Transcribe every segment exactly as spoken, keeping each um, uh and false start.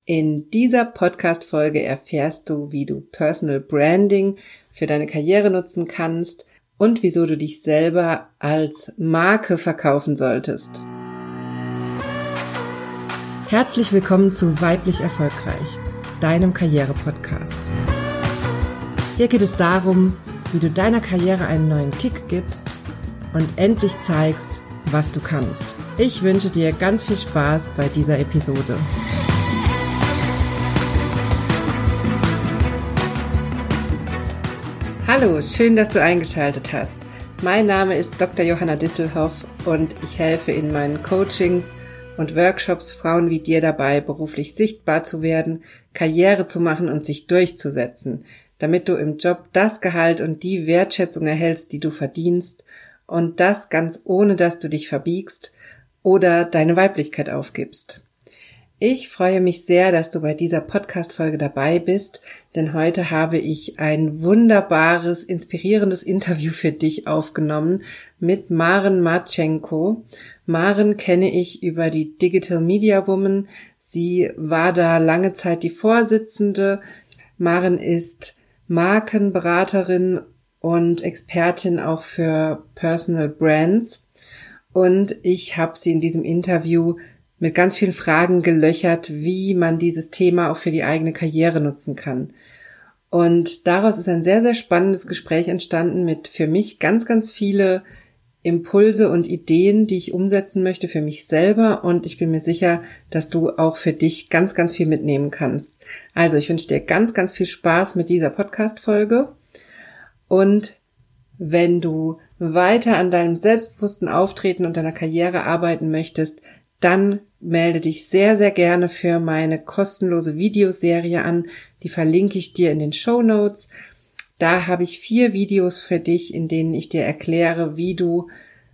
In dieser Podcast-Folge erfährst du, wie du Personal Branding für deine Karriere nutzen kannst und wieso du dich selber als Marke verkaufen solltest. Herzlich willkommen zu Weiblich Erfolgreich, deinem Karriere-Podcast. Hier geht es darum, wie du deiner Karriere einen neuen Kick gibst und endlich zeigst, was du kannst. Ich wünsche dir ganz viel Spaß bei dieser Episode. Hallo, schön, dass du eingeschaltet hast. Mein Name ist Doktor Johanna Disselhoff und ich helfe in meinen Coachings und Workshops Frauen wie dir dabei, beruflich sichtbar zu werden, Karriere zu machen und sich durchzusetzen, damit du im Job das Gehalt und die Wertschätzung erhältst, die du verdienst, und das ganz ohne, dass du dich verbiegst oder deine Weiblichkeit aufgibst. Ich freue mich sehr, dass du bei dieser Podcast-Folge dabei bist, denn heute habe ich ein wunderbares, inspirierendes Interview für dich aufgenommen mit Maren Marczenko. Maren kenne ich über die Digital Media Woman. Sie war da lange Zeit die Vorsitzende. Maren ist Markenberaterin und Expertin auch für Personal Brands. Und ich habe sie in diesem Interview mit ganz vielen Fragen gelöchert, wie man dieses Thema auch für die eigene Karriere nutzen kann. Und daraus ist ein sehr, sehr spannendes Gespräch entstanden mit für mich ganz, ganz viele Impulse und Ideen, die ich umsetzen möchte für mich selber. Und ich bin mir sicher, dass du auch für dich ganz, ganz viel mitnehmen kannst. Also ich wünsche dir ganz, ganz viel Spaß mit dieser Podcast-Folge. Und wenn du weiter an deinem selbstbewussten Auftreten und deiner Karriere arbeiten möchtest, dann melde dich sehr, sehr gerne für meine kostenlose Videoserie an. Die verlinke ich dir in den Shownotes. Da habe ich vier Videos für dich, in denen ich dir erkläre, wie du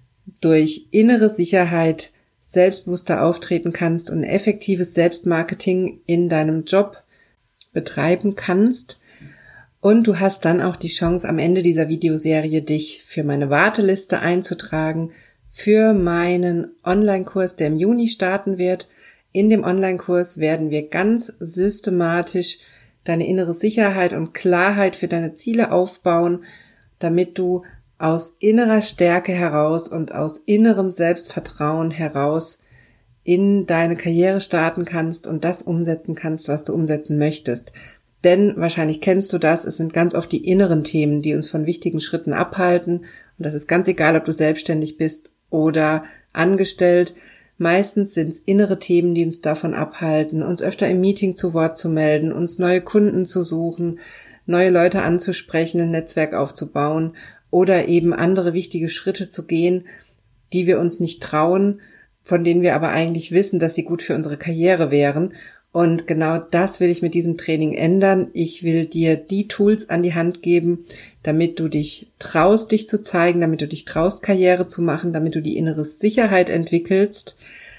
durch innere Sicherheit selbstbewusster auftreten kannst und effektives Selbstmarketing in deinem Job betreiben kannst. Und du hast dann auch die Chance, am Ende dieser Videoserie dich für meine Warteliste einzutragen, für meinen Online-Kurs, der im Juni starten wird. In dem Online-Kurs werden wir ganz systematisch deine innere Sicherheit und Klarheit für deine Ziele aufbauen, damit du aus innerer Stärke heraus und aus innerem Selbstvertrauen heraus in deine Karriere starten kannst und das umsetzen kannst, was du umsetzen möchtest. Denn wahrscheinlich kennst du das, es sind ganz oft die inneren Themen, die uns von wichtigen Schritten abhalten. Und das ist ganz egal, ob du selbstständig bist oder angestellt. Meistens sind es innere Themen, die uns davon abhalten, uns öfter im Meeting zu Wort zu melden, uns neue Kunden zu suchen, neue Leute anzusprechen, ein Netzwerk aufzubauen oder eben andere wichtige Schritte zu gehen, die wir uns nicht trauen, von denen wir aber eigentlich wissen, dass sie gut für unsere Karriere wären. Und genau das will ich mit diesem Training ändern. Ich will dir die Tools an die Hand geben, damit du dich traust, dich zu zeigen, damit du dich traust, Karriere zu machen, damit du die innere Sicherheit entwickelst,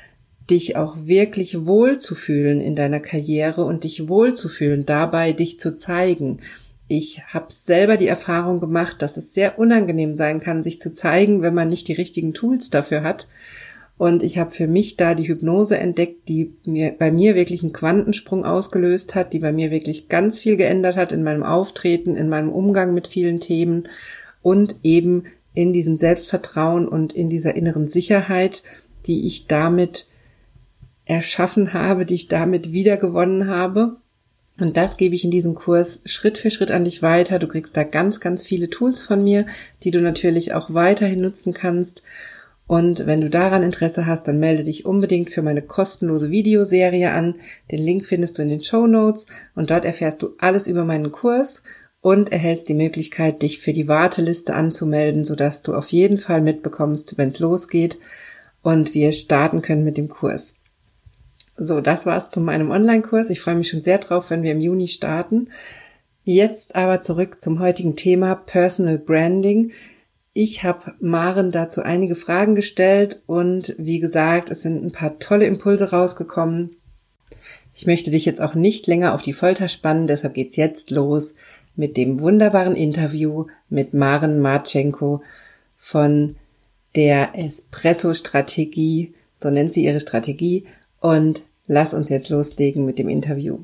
dich auch wirklich wohlzufühlen in deiner Karriere und dich wohlzufühlen dabei, dich zu zeigen. Ich habe selber die Erfahrung gemacht, dass es sehr unangenehm sein kann, sich zu zeigen, wenn man nicht die richtigen Tools dafür hat. Und ich habe für mich da die Hypnose entdeckt, die mir bei mir wirklich einen Quantensprung ausgelöst hat, die bei mir wirklich ganz viel geändert hat in meinem Auftreten, in meinem Umgang mit vielen Themen und eben in diesem Selbstvertrauen und in dieser inneren Sicherheit, die ich damit erschaffen habe, die ich damit wiedergewonnen habe. Und das gebe ich in diesem Kurs Schritt für Schritt an dich weiter. Du kriegst da ganz, ganz viele Tools von mir, die du natürlich auch weiterhin nutzen kannst. Und wenn du daran Interesse hast, dann melde dich unbedingt für meine kostenlose Videoserie an. Den Link findest du in den Shownotes und dort erfährst du alles über meinen Kurs und erhältst die Möglichkeit, dich für die Warteliste anzumelden, sodass du auf jeden Fall mitbekommst, wenn es losgeht und wir starten können mit dem Kurs. So, das war's zu meinem Online-Kurs. Ich freue mich schon sehr drauf, wenn wir im Juni starten. Jetzt aber zurück zum heutigen Thema Personal Branding. Ich habe Maren dazu einige Fragen gestellt und wie gesagt, es sind ein paar tolle Impulse rausgekommen. Ich möchte dich jetzt auch nicht länger auf die Folter spannen, deshalb geht's jetzt los mit dem wunderbaren Interview mit Maren Marczenko von der Espresso-Strategie, so nennt sie ihre Strategie. Und lass uns jetzt loslegen mit dem Interview.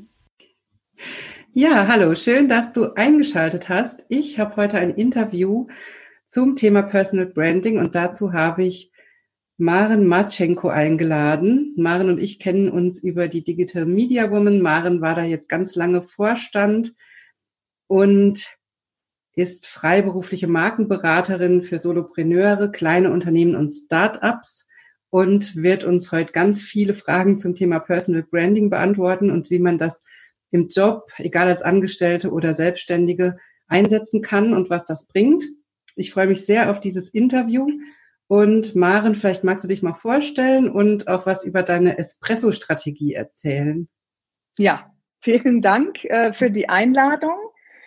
Ja, hallo, schön, dass du eingeschaltet hast. Ich habe heute ein Interview zum Thema Personal Branding und dazu habe ich Maren Marchenko eingeladen. Maren und ich kennen uns über die Digital Media Woman. Maren war da jetzt ganz lange Vorstand und ist freiberufliche Markenberaterin für Solopreneure, kleine Unternehmen und Start-ups und wird uns heute ganz viele Fragen zum Thema Personal Branding beantworten und wie man das im Job, egal als Angestellte oder Selbstständige, einsetzen kann und was das bringt. Ich freue mich sehr auf dieses Interview. Und Maren, vielleicht magst du dich mal vorstellen und auch was über deine Espresso-Strategie erzählen. Ja, vielen Dank äh, für die Einladung.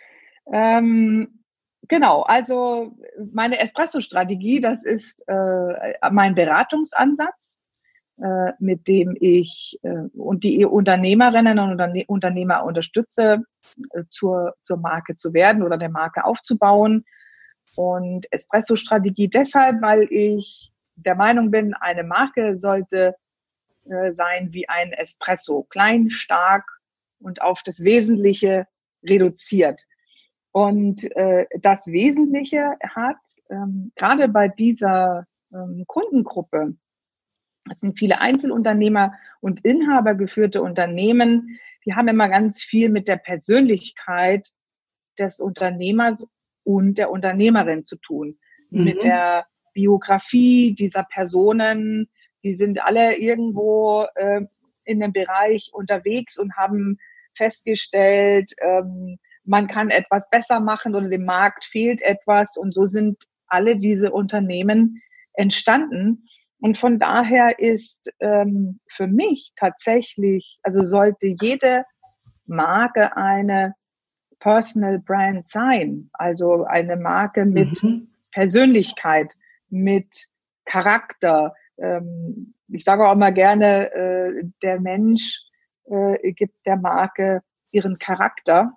Ähm, genau, also meine Espresso-Strategie, das ist äh, mein Beratungsansatz, äh, mit dem ich äh, und die Unternehmerinnen und Unterne- Unternehmer unterstütze, äh, zur, zur Marke zu werden oder der Marke aufzubauen. Und Espresso-Strategie deshalb, weil ich der Meinung bin, eine Marke sollte äh, sein wie ein Espresso, klein, stark und auf das Wesentliche reduziert. Und äh, das Wesentliche hat ähm, gerade bei dieser ähm, Kundengruppe, das sind viele Einzelunternehmer und inhabergeführte Unternehmen, die haben immer ganz viel mit der Persönlichkeit des Unternehmers und der Unternehmerin zu tun. Mhm. Mit der Biografie dieser Personen, die sind alle irgendwo äh, in dem Bereich unterwegs und haben festgestellt, ähm, man kann etwas besser machen oder dem Markt fehlt etwas. Und so sind alle diese Unternehmen entstanden. Und von daher ist ähm, für mich tatsächlich, also sollte jede Marke eine Personal Brand sein, also eine Marke mit mhm. Persönlichkeit, mit Charakter. Ähm, ich sage auch immer gerne, äh, der Mensch äh, gibt der Marke ihren Charakter.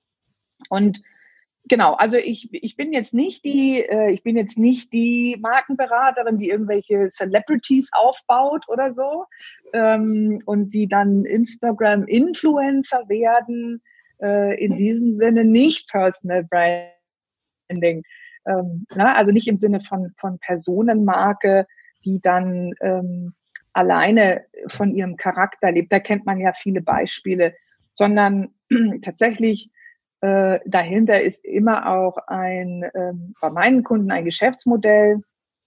Und genau, also ich, ich bin jetzt nicht die, äh, ich bin jetzt nicht die Markenberaterin, die irgendwelche Celebrities aufbaut oder so, ähm, und die dann Instagram-Influencer werden. Äh, in diesem Sinne nicht Personal Branding. Ähm, na, also nicht im Sinne von, von Personenmarke, die dann ähm, alleine von ihrem Charakter lebt. Da kennt man ja viele Beispiele, sondern tatsächlich äh, dahinter ist immer auch ein, ähm, bei meinen Kunden ein Geschäftsmodell.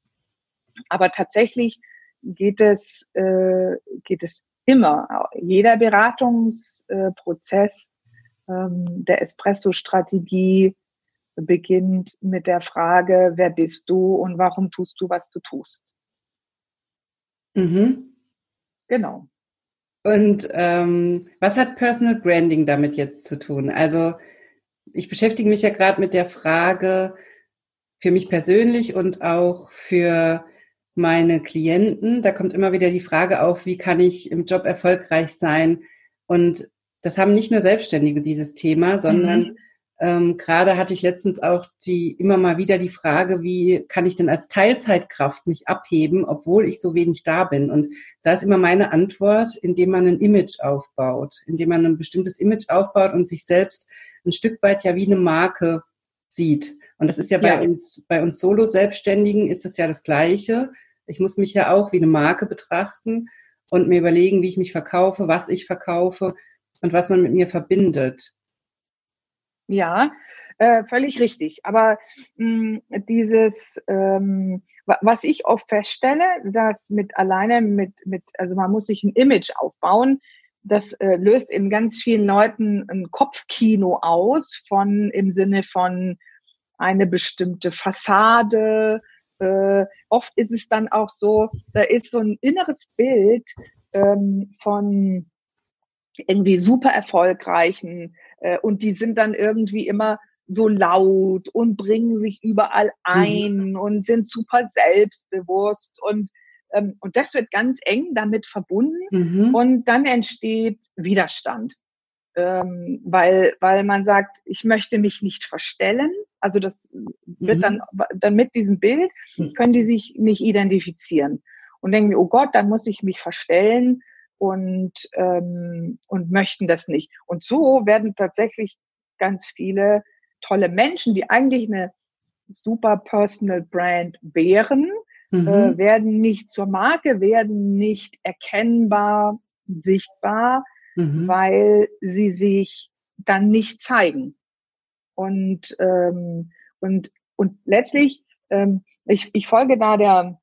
Aber tatsächlich geht es, äh, geht es immer, jeder Beratungsprozess ähm, der Espresso-Strategie beginnt mit der Frage, wer bist du und warum tust du, was du tust? Mhm. Genau. Und ähm, was hat Personal Branding damit jetzt zu tun? Also ich beschäftige mich ja gerade mit der Frage für mich persönlich und auch für meine Klienten. Da kommt immer wieder die Frage auf, wie kann ich im Job erfolgreich sein? Und das haben nicht nur Selbstständige dieses Thema, sondern mhm. ähm, gerade hatte ich letztens auch die immer mal wieder die Frage, wie kann ich denn als Teilzeitkraft mich abheben, obwohl ich so wenig da bin? Und da ist immer meine Antwort, indem man ein Image aufbaut, indem man ein bestimmtes Image aufbaut und sich selbst ein Stück weit ja wie eine Marke sieht. Und das ist ja, ja. bei uns, bei uns Solo-Selbstständigen ist das ja das Gleiche. Ich muss mich ja auch wie eine Marke betrachten und mir überlegen, wie ich mich verkaufe, was ich verkaufe und was man mit mir verbindet. Ja, äh, völlig richtig. Aber mh, dieses, ähm, was ich oft feststelle, dass mit alleine mit, mit, also man muss sich ein Image aufbauen, das äh, löst in ganz vielen Leuten ein Kopfkino aus von, im Sinne von eine bestimmte Fassade. Äh, oft ist es dann auch so, da ist so ein inneres Bild ähm, von irgendwie super erfolgreichen äh, und die sind dann irgendwie immer so laut und bringen sich überall ein mhm. und sind super selbstbewusst und ähm, und das wird ganz eng damit verbunden mhm. und dann entsteht Widerstand, ähm, weil weil man sagt, ich möchte mich nicht verstellen, also das wird mhm. dann dann mit diesem Bild können die sich nicht identifizieren und denken, oh Gott, dann muss ich mich verstellen und, ähm, und möchten das nicht. Und so werden tatsächlich ganz viele tolle Menschen, die eigentlich eine super Personal Brand wären, Mhm. äh, werden nicht zur Marke, werden nicht erkennbar, sichtbar, Mhm. weil sie sich dann nicht zeigen. Und, ähm, und, und letztlich, ähm, ich, ich folge da der,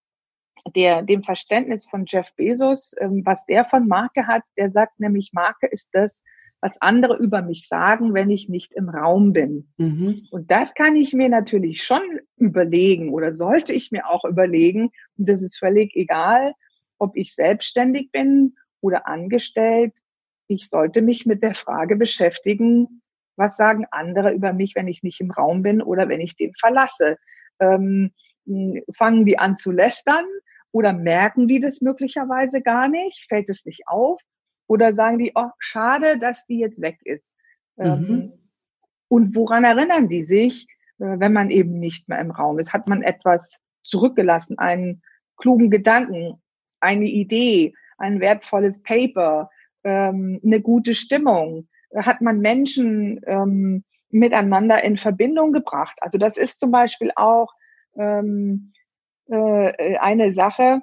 der, dem Verständnis von Jeff Bezos, ähm, was der von Marke hat. Der sagt nämlich, Marke ist das, was andere über mich sagen, wenn ich nicht im Raum bin. Mhm. Und das kann ich mir natürlich schon überlegen oder sollte ich mir auch überlegen. Und das ist völlig egal, ob ich selbstständig bin oder angestellt. Ich sollte mich mit der Frage beschäftigen, was sagen andere über mich, wenn ich nicht im Raum bin oder wenn ich den verlasse. Ähm, fangen die an zu lästern oder merken die das möglicherweise gar nicht? Fällt es nicht auf? Oder sagen die, oh, schade, dass die jetzt weg ist. Mhm. Ähm, und woran erinnern die sich, äh, wenn man eben nicht mehr im Raum ist? Hat man etwas zurückgelassen, einen klugen Gedanken, eine Idee, ein wertvolles Paper, ähm, eine gute Stimmung? Hat man Menschen ähm, miteinander in Verbindung gebracht? Also das ist zum Beispiel auch ähm, äh, eine Sache,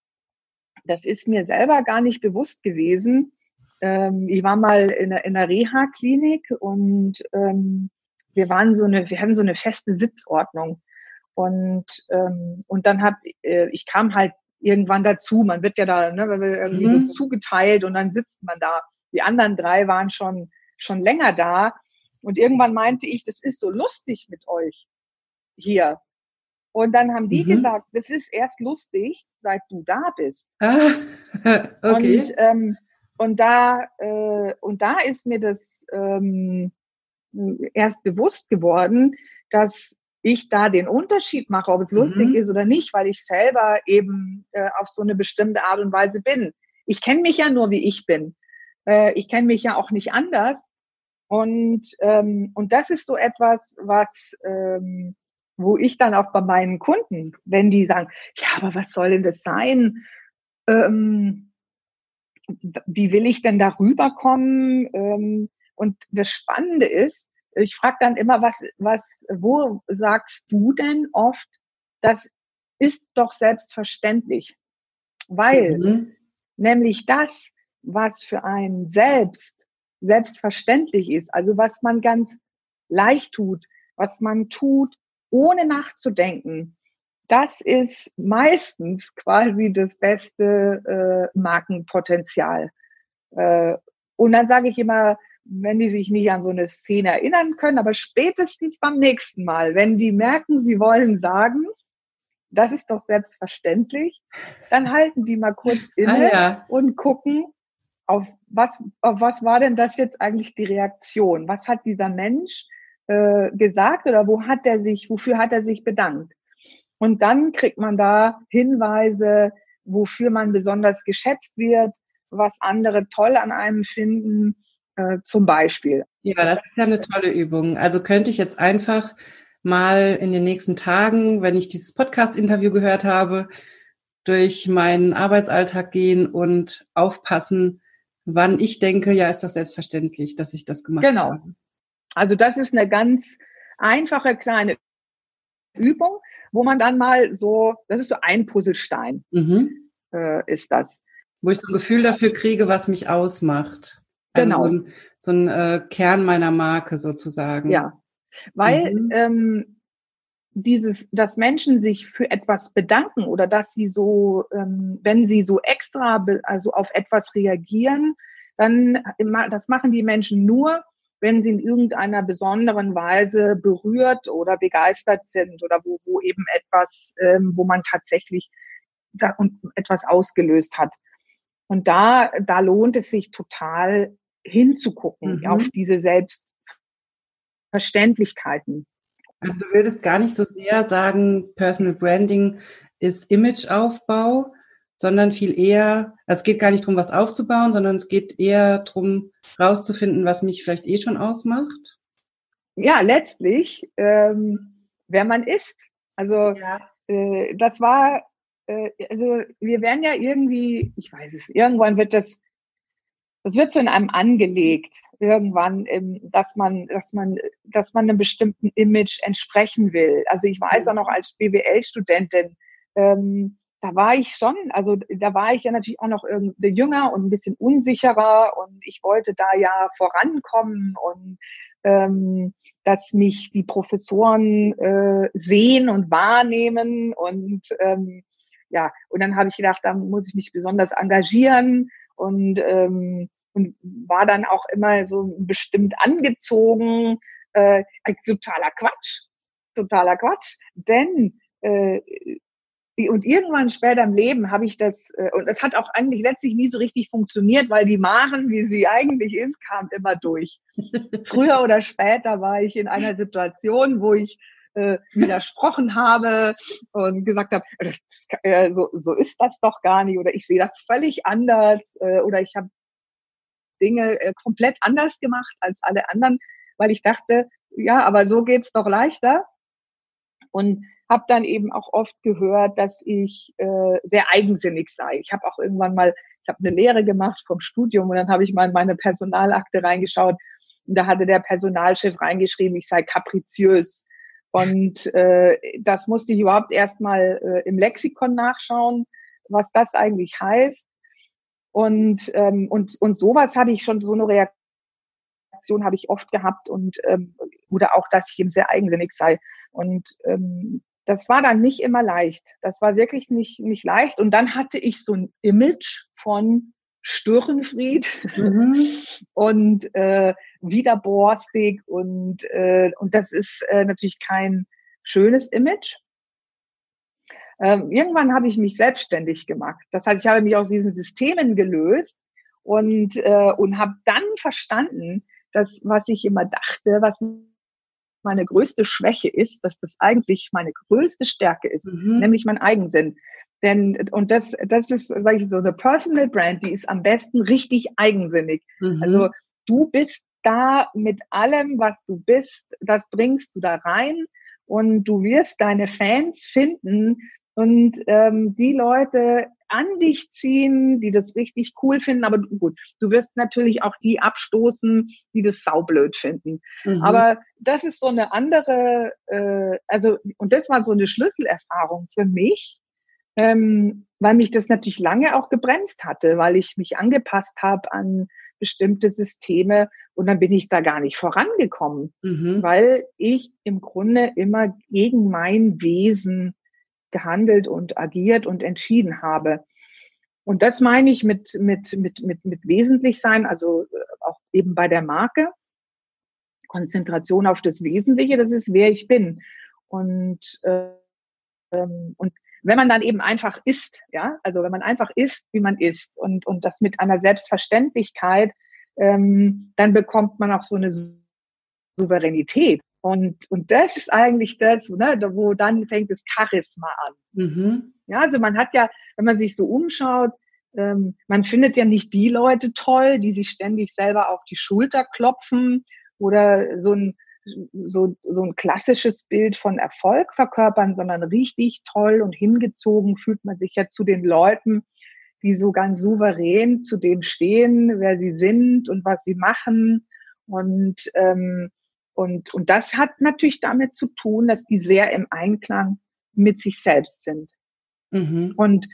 das ist mir selber gar nicht bewusst gewesen. Ähm, ich war mal in einer, in einer Reha-Klinik und ähm, wir waren so eine, wir hatten so eine feste Sitzordnung. Und, ähm, und dann hab, äh, ich kam halt irgendwann dazu. Man wird ja da, ne, irgendwie so Mhm. zugeteilt und dann sitzt man da. Die anderen drei waren schon, schon länger da. Und irgendwann meinte ich, das ist so lustig mit euch hier. Und dann haben die Mhm. gesagt, das ist erst lustig, seit du da bist. Ah, okay. Und, ähm, und, da, äh, und da ist mir das ähm, erst bewusst geworden, dass ich da den Unterschied mache, ob es lustig Mhm. ist oder nicht, weil ich selber eben äh, auf so eine bestimmte Art und Weise bin. Ich kenne mich ja nur, wie ich bin. Äh, ich kenne mich ja auch nicht anders. Und, ähm, und das ist so etwas, was, ähm, wo ich dann auch bei meinen Kunden, wenn die sagen, ja, aber was soll denn das sein? Ähm, wie will ich denn da rüberkommen? Ähm, und das Spannende ist, ich frage dann immer, was, was, wo sagst du denn oft, das ist doch selbstverständlich? Weil Mhm. nämlich das, was für einen selbst selbstverständlich ist, also was man ganz leicht tut, was man tut, ohne nachzudenken, das ist meistens quasi das beste äh, Markenpotenzial. Äh, und dann sage ich immer, wenn die sich nicht an so eine Szene erinnern können, aber spätestens beim nächsten Mal, wenn die merken, sie wollen sagen, das ist doch selbstverständlich, dann halten die mal kurz Ah inne ja. und gucken, auf was, auf was war denn das jetzt eigentlich die Reaktion? Was hat dieser Mensch äh, gesagt oder wo hat er sich, wofür hat er sich bedankt? Und dann kriegt man da Hinweise, wofür man besonders geschätzt wird, was andere toll an einem finden, äh, zum Beispiel. Ja, das ist ja eine tolle Übung. Also könnte ich jetzt einfach mal in den nächsten Tagen, wenn ich dieses Podcast-Interview gehört habe, durch meinen Arbeitsalltag gehen und aufpassen, wann ich denke, ja, ist doch selbstverständlich, dass ich das gemacht Genau. habe. Also das ist eine ganz einfache kleine Übung, wo man dann mal so, das ist so ein Puzzlestein, Mhm. äh, ist das. Wo ich so ein Gefühl dafür kriege, was mich ausmacht. Also so Genau, ein, so ein äh, Kern meiner Marke sozusagen. ja. Weil Mhm. ähm, dieses, dass Menschen sich für etwas bedanken oder dass sie so, ähm, wenn sie so extra, be- also auf etwas reagieren, dann, immer- das machen die Menschen nur, wenn sie in irgendeiner besonderen Weise berührt oder begeistert sind oder wo, wo eben etwas, ähm, wo man tatsächlich da und etwas ausgelöst hat. Und da, da lohnt es sich total hinzugucken auf Mhm. diese Selbstverständlichkeiten. Also du würdest gar nicht so sehr sagen, Personal Branding ist Imageaufbau, sondern viel eher, also es geht gar nicht darum, was aufzubauen, sondern es geht eher darum, rauszufinden, was mich vielleicht eh schon ausmacht. Ja, letztlich, ähm, wer man ist. Also Ja. äh, das war äh, also wir werden ja irgendwie, ich weiß es, irgendwann wird das, das wird so in einem angelegt, irgendwann, ähm, dass man, dass man, dass man einem bestimmten Image entsprechen will. Also ich weiß auch noch als B W L-Studentin, ähm, da war ich schon, also da war ich ja natürlich auch noch irgendwie jünger und ein bisschen unsicherer und ich wollte da ja vorankommen und ähm, dass mich die Professoren äh, sehen und wahrnehmen und ähm, ja, und dann habe ich gedacht, da muss ich mich besonders engagieren und ähm, und war dann auch immer so bestimmt angezogen. Äh, totaler Quatsch, totaler Quatsch, denn äh, und irgendwann später im Leben habe ich das, äh, und es hat auch eigentlich letztlich nie so richtig funktioniert, weil die Maren, wie sie eigentlich ist, kam immer durch. Früher oder später war ich in einer Situation, wo ich äh, widersprochen habe und gesagt habe, das, äh, so, so ist das doch gar nicht oder ich sehe das völlig anders äh, oder ich habe Dinge äh, komplett anders gemacht als alle anderen, weil ich dachte, ja, aber so geht's doch leichter. Und habe dann eben auch oft gehört, dass ich äh, sehr eigensinnig sei. Ich habe auch irgendwann mal, ich habe eine Lehre gemacht vom Studium und dann habe ich mal in meine Personalakte reingeschaut und da hatte der Personalchef reingeschrieben, ich sei kapriziös. Und äh, das musste ich überhaupt erst mal äh, im Lexikon nachschauen, was das eigentlich heißt. Und ähm, und und sowas hatte ich schon, so eine Reaktion habe ich oft gehabt und ähm, oder auch, dass ich eben sehr eigensinnig sei. Und ähm, das war dann nicht immer leicht. Das war wirklich nicht nicht leicht. Und dann hatte ich so ein Image von Störenfried mhm. und äh, widerborstig und äh, und das ist äh, natürlich kein schönes Image. Ähm, irgendwann habe ich mich selbstständig gemacht. Das heißt, ich habe mich aus diesen Systemen gelöst und äh, und habe dann verstanden, dass was ich immer dachte, was meine größte Schwäche ist, dass das eigentlich meine größte Stärke ist, mhm. nämlich mein Eigensinn. Denn, und das, das ist, sage ich so, eine Personal Brand, die ist am besten richtig eigensinnig. Mhm. Also du bist da mit allem, was du bist, das bringst du da rein und du wirst deine Fans finden und ähm, die Leute an dich ziehen, die das richtig cool finden. Aber gut, du wirst natürlich auch die abstoßen, die das saublöd finden. Mhm. Aber das ist so eine andere, äh, also und das war so eine Schlüsselerfahrung für mich, ähm, weil mich das natürlich lange auch gebremst hatte, weil ich mich angepasst habe an bestimmte Systeme und dann bin ich da gar nicht vorangekommen, mhm. weil ich im Grunde immer gegen mein Wesen gehandelt und agiert und entschieden habe. Und das meine ich mit, mit, mit, mit, mit wesentlich sein, also auch eben bei der Marke. Konzentration auf das Wesentliche, das ist, wer ich bin. Und, äh, und wenn man dann eben einfach ist, ja, also wenn man einfach ist, wie man ist und, und das mit einer Selbstverständlichkeit, ähm, dann bekommt man auch so eine Souveränität. Und, und das ist eigentlich das, ne, wo dann fängt das Charisma an. Mhm. Ja, also man hat ja, wenn man sich so umschaut, ähm, man findet ja nicht die Leute toll, die sich ständig selber auf die Schulter klopfen oder so ein, so, so ein klassisches Bild von Erfolg verkörpern, sondern richtig toll und hingezogen fühlt man sich ja zu den Leuten, die so ganz souverän zu dem stehen, wer sie sind und was sie machen. Und, ähm, und, und das hat natürlich damit zu tun, dass die sehr im Einklang mit sich selbst sind. Mhm. Und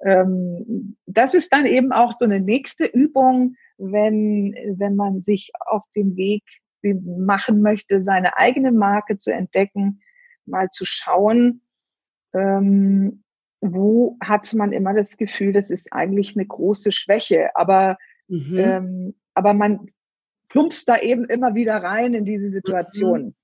ähm, das ist dann eben auch so eine nächste Übung, wenn, wenn man sich auf den Weg machen möchte, seine eigene Marke zu entdecken, mal zu schauen, ähm, wo hat man immer das Gefühl, das ist eigentlich eine große Schwäche, aber, mhm. ähm, aber man plumpst da eben immer wieder rein in diese Situation. Mhm.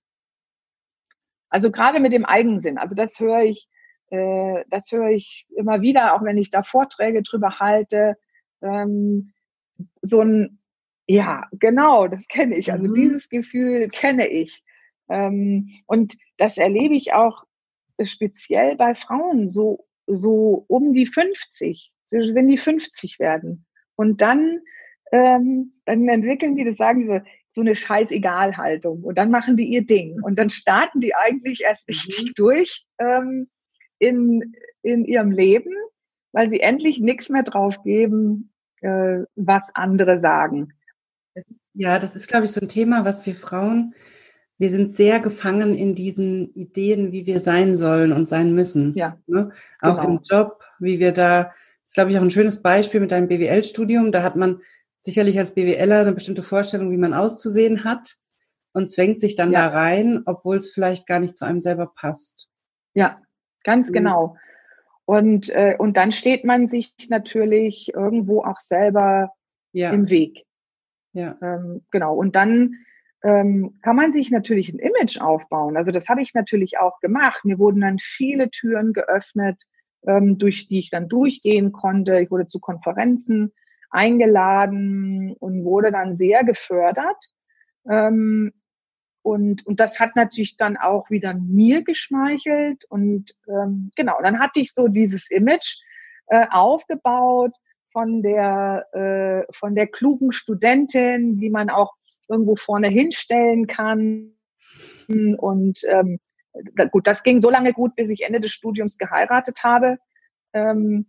Also gerade mit dem Eigensinn, also das höre ich, äh, das höre ich immer wieder, auch wenn ich da Vorträge drüber halte, ähm, so ein, ja, genau, das kenne ich, also mhm. dieses Gefühl kenne ich. Ähm, und das erlebe ich auch speziell bei Frauen, so, so um die fünfzig, wenn die fünfzig werden. Und dann, ähm, dann entwickeln die, das sagen die so, so eine Scheiß-Egal-Haltung. Und dann machen die ihr Ding. Und dann starten die eigentlich erst richtig durch, ähm, in, in ihrem Leben, weil sie endlich nichts mehr drauf geben, äh, was andere sagen. Ja, das ist, glaube ich, so ein Thema, was wir Frauen, wir sind sehr gefangen in diesen Ideen, wie wir sein sollen und sein müssen. Ja, Ne? Auch genau. im Job, wie wir da, das ist, glaube ich, auch ein schönes Beispiel mit deinem B W L-Studium. Da hat man sicherlich als BWLer eine bestimmte Vorstellung, wie man auszusehen hat und zwängt sich dann da Ja, rein, obwohl es vielleicht gar nicht zu einem selber passt. ja, ganz Und genau. Und, äh, und dann steht man sich natürlich irgendwo auch selber ja, im Weg. ja, Ähm, genau. Und dann ähm, kann man sich natürlich ein Image aufbauen. Also das habe ich natürlich auch gemacht. Mir wurden dann viele Türen geöffnet, ähm, durch die ich dann durchgehen konnte. Ich wurde zu Konferenzen eingeladen und wurde dann sehr gefördert. Ähm, und, und das hat natürlich dann auch wieder mir geschmeichelt. Und ähm, genau, dann hatte ich so dieses Image äh, aufgebaut von der, äh, von der klugen Studentin, die man auch irgendwo vorne hinstellen kann. Und ähm, da, gut, das ging so lange gut, bis ich Ende des Studiums geheiratet habe. Ähm,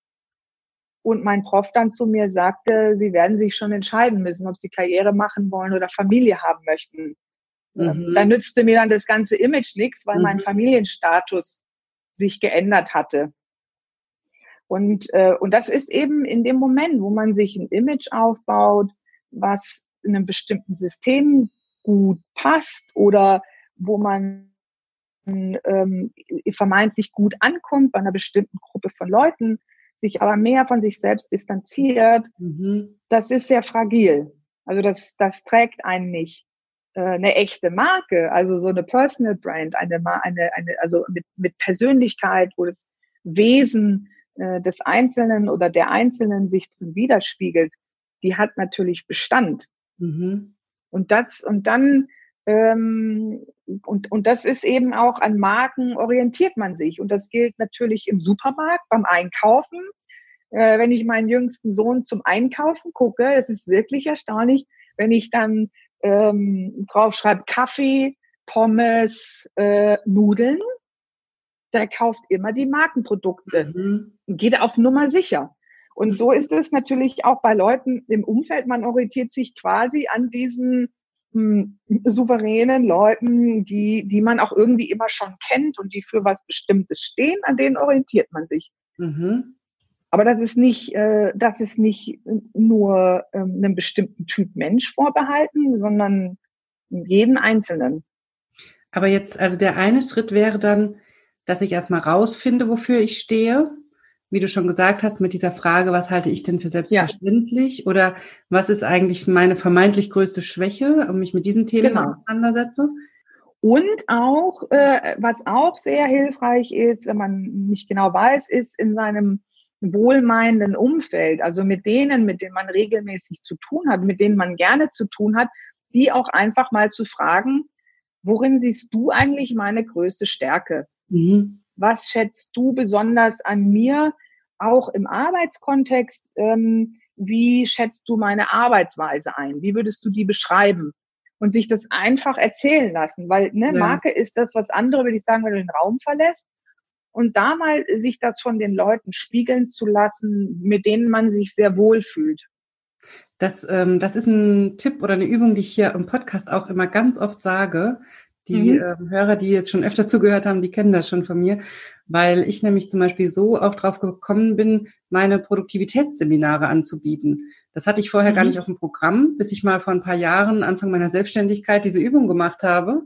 und mein Prof dann zu mir sagte, Sie werden sich schon entscheiden müssen, ob Sie Karriere machen wollen oder Familie haben möchten. Ähm, da mhm, nützte mir dann das ganze Image nichts, weil mein mhm, Familienstatus sich geändert hatte. Und, äh, und das ist eben in dem Moment, wo man sich ein Image aufbaut, was in einem bestimmten System gut passt oder wo man ähm, vermeintlich gut ankommt bei einer bestimmten Gruppe von Leuten, sich aber mehr von sich selbst distanziert, mhm. das ist sehr fragil. Also das, das trägt einen nicht. Äh, eine echte Marke, also so eine Personal Brand, eine, eine, eine also mit, mit Persönlichkeit, wo das Wesen äh, des Einzelnen oder der Einzelnen sich drin widerspiegelt, die hat natürlich Bestand. Mhm. Und das, und dann, ähm, und, und das ist eben auch an Marken orientiert man sich. Und das gilt natürlich im Supermarkt, beim Einkaufen. Äh, wenn ich meinen jüngsten Sohn zum Einkaufen gucke, es ist wirklich erstaunlich, wenn ich dann ähm, draufschreibe Kaffee, Pommes, äh, Nudeln, der kauft immer die Markenprodukte, Mhm. geht auf Nummer sicher. Und so ist es natürlich auch bei Leuten im Umfeld. Man orientiert sich quasi an diesen mh, souveränen Leuten, die, die man auch irgendwie immer schon kennt und die für was Bestimmtes stehen, an denen orientiert man sich. Mhm. Aber das ist nicht, äh, das ist nicht nur ähm, einem bestimmten Typ Mensch vorbehalten, sondern jeden Einzelnen. Aber jetzt, also der eine Schritt wäre dann, dass ich erstmal rausfinde, wofür ich stehe. Wie du schon gesagt hast, mit dieser Frage, was halte ich denn für Ja, selbstverständlich? Oder was ist eigentlich meine vermeintlich größte Schwäche, und mich mit diesen Themen mal genau. auseinandersetze? Und auch, äh, was auch sehr hilfreich ist, wenn man nicht genau weiß, ist in seinem wohlmeinenden Umfeld, also mit denen, mit denen man regelmäßig zu tun hat, mit denen man gerne zu tun hat, die auch einfach mal zu fragen, worin siehst du eigentlich meine größte Stärke? Mhm. Was schätzt du besonders an mir, auch im Arbeitskontext? Ähm, wie schätzt du meine Arbeitsweise ein? Wie würdest du die beschreiben? Und sich das einfach erzählen lassen, weil ne, Ja. Marke ist das, was andere, würde ich sagen, wenn du den Raum verlässt. Und da mal sich das von den Leuten spiegeln zu lassen, mit denen man sich sehr wohl fühlt. Das, ähm, das ist ein Tipp oder eine Übung, die ich hier im Podcast auch immer ganz oft sage. Die Mhm. ähm, Hörer, die jetzt schon öfter zugehört haben, die kennen das schon von mir, weil ich nämlich zum Beispiel so auch drauf gekommen bin, meine Produktivitätsseminare anzubieten. Das hatte ich vorher gar nicht Mhm. auf dem Programm, bis ich mal vor ein paar Jahren, Anfang meiner Selbstständigkeit, diese Übung gemacht habe.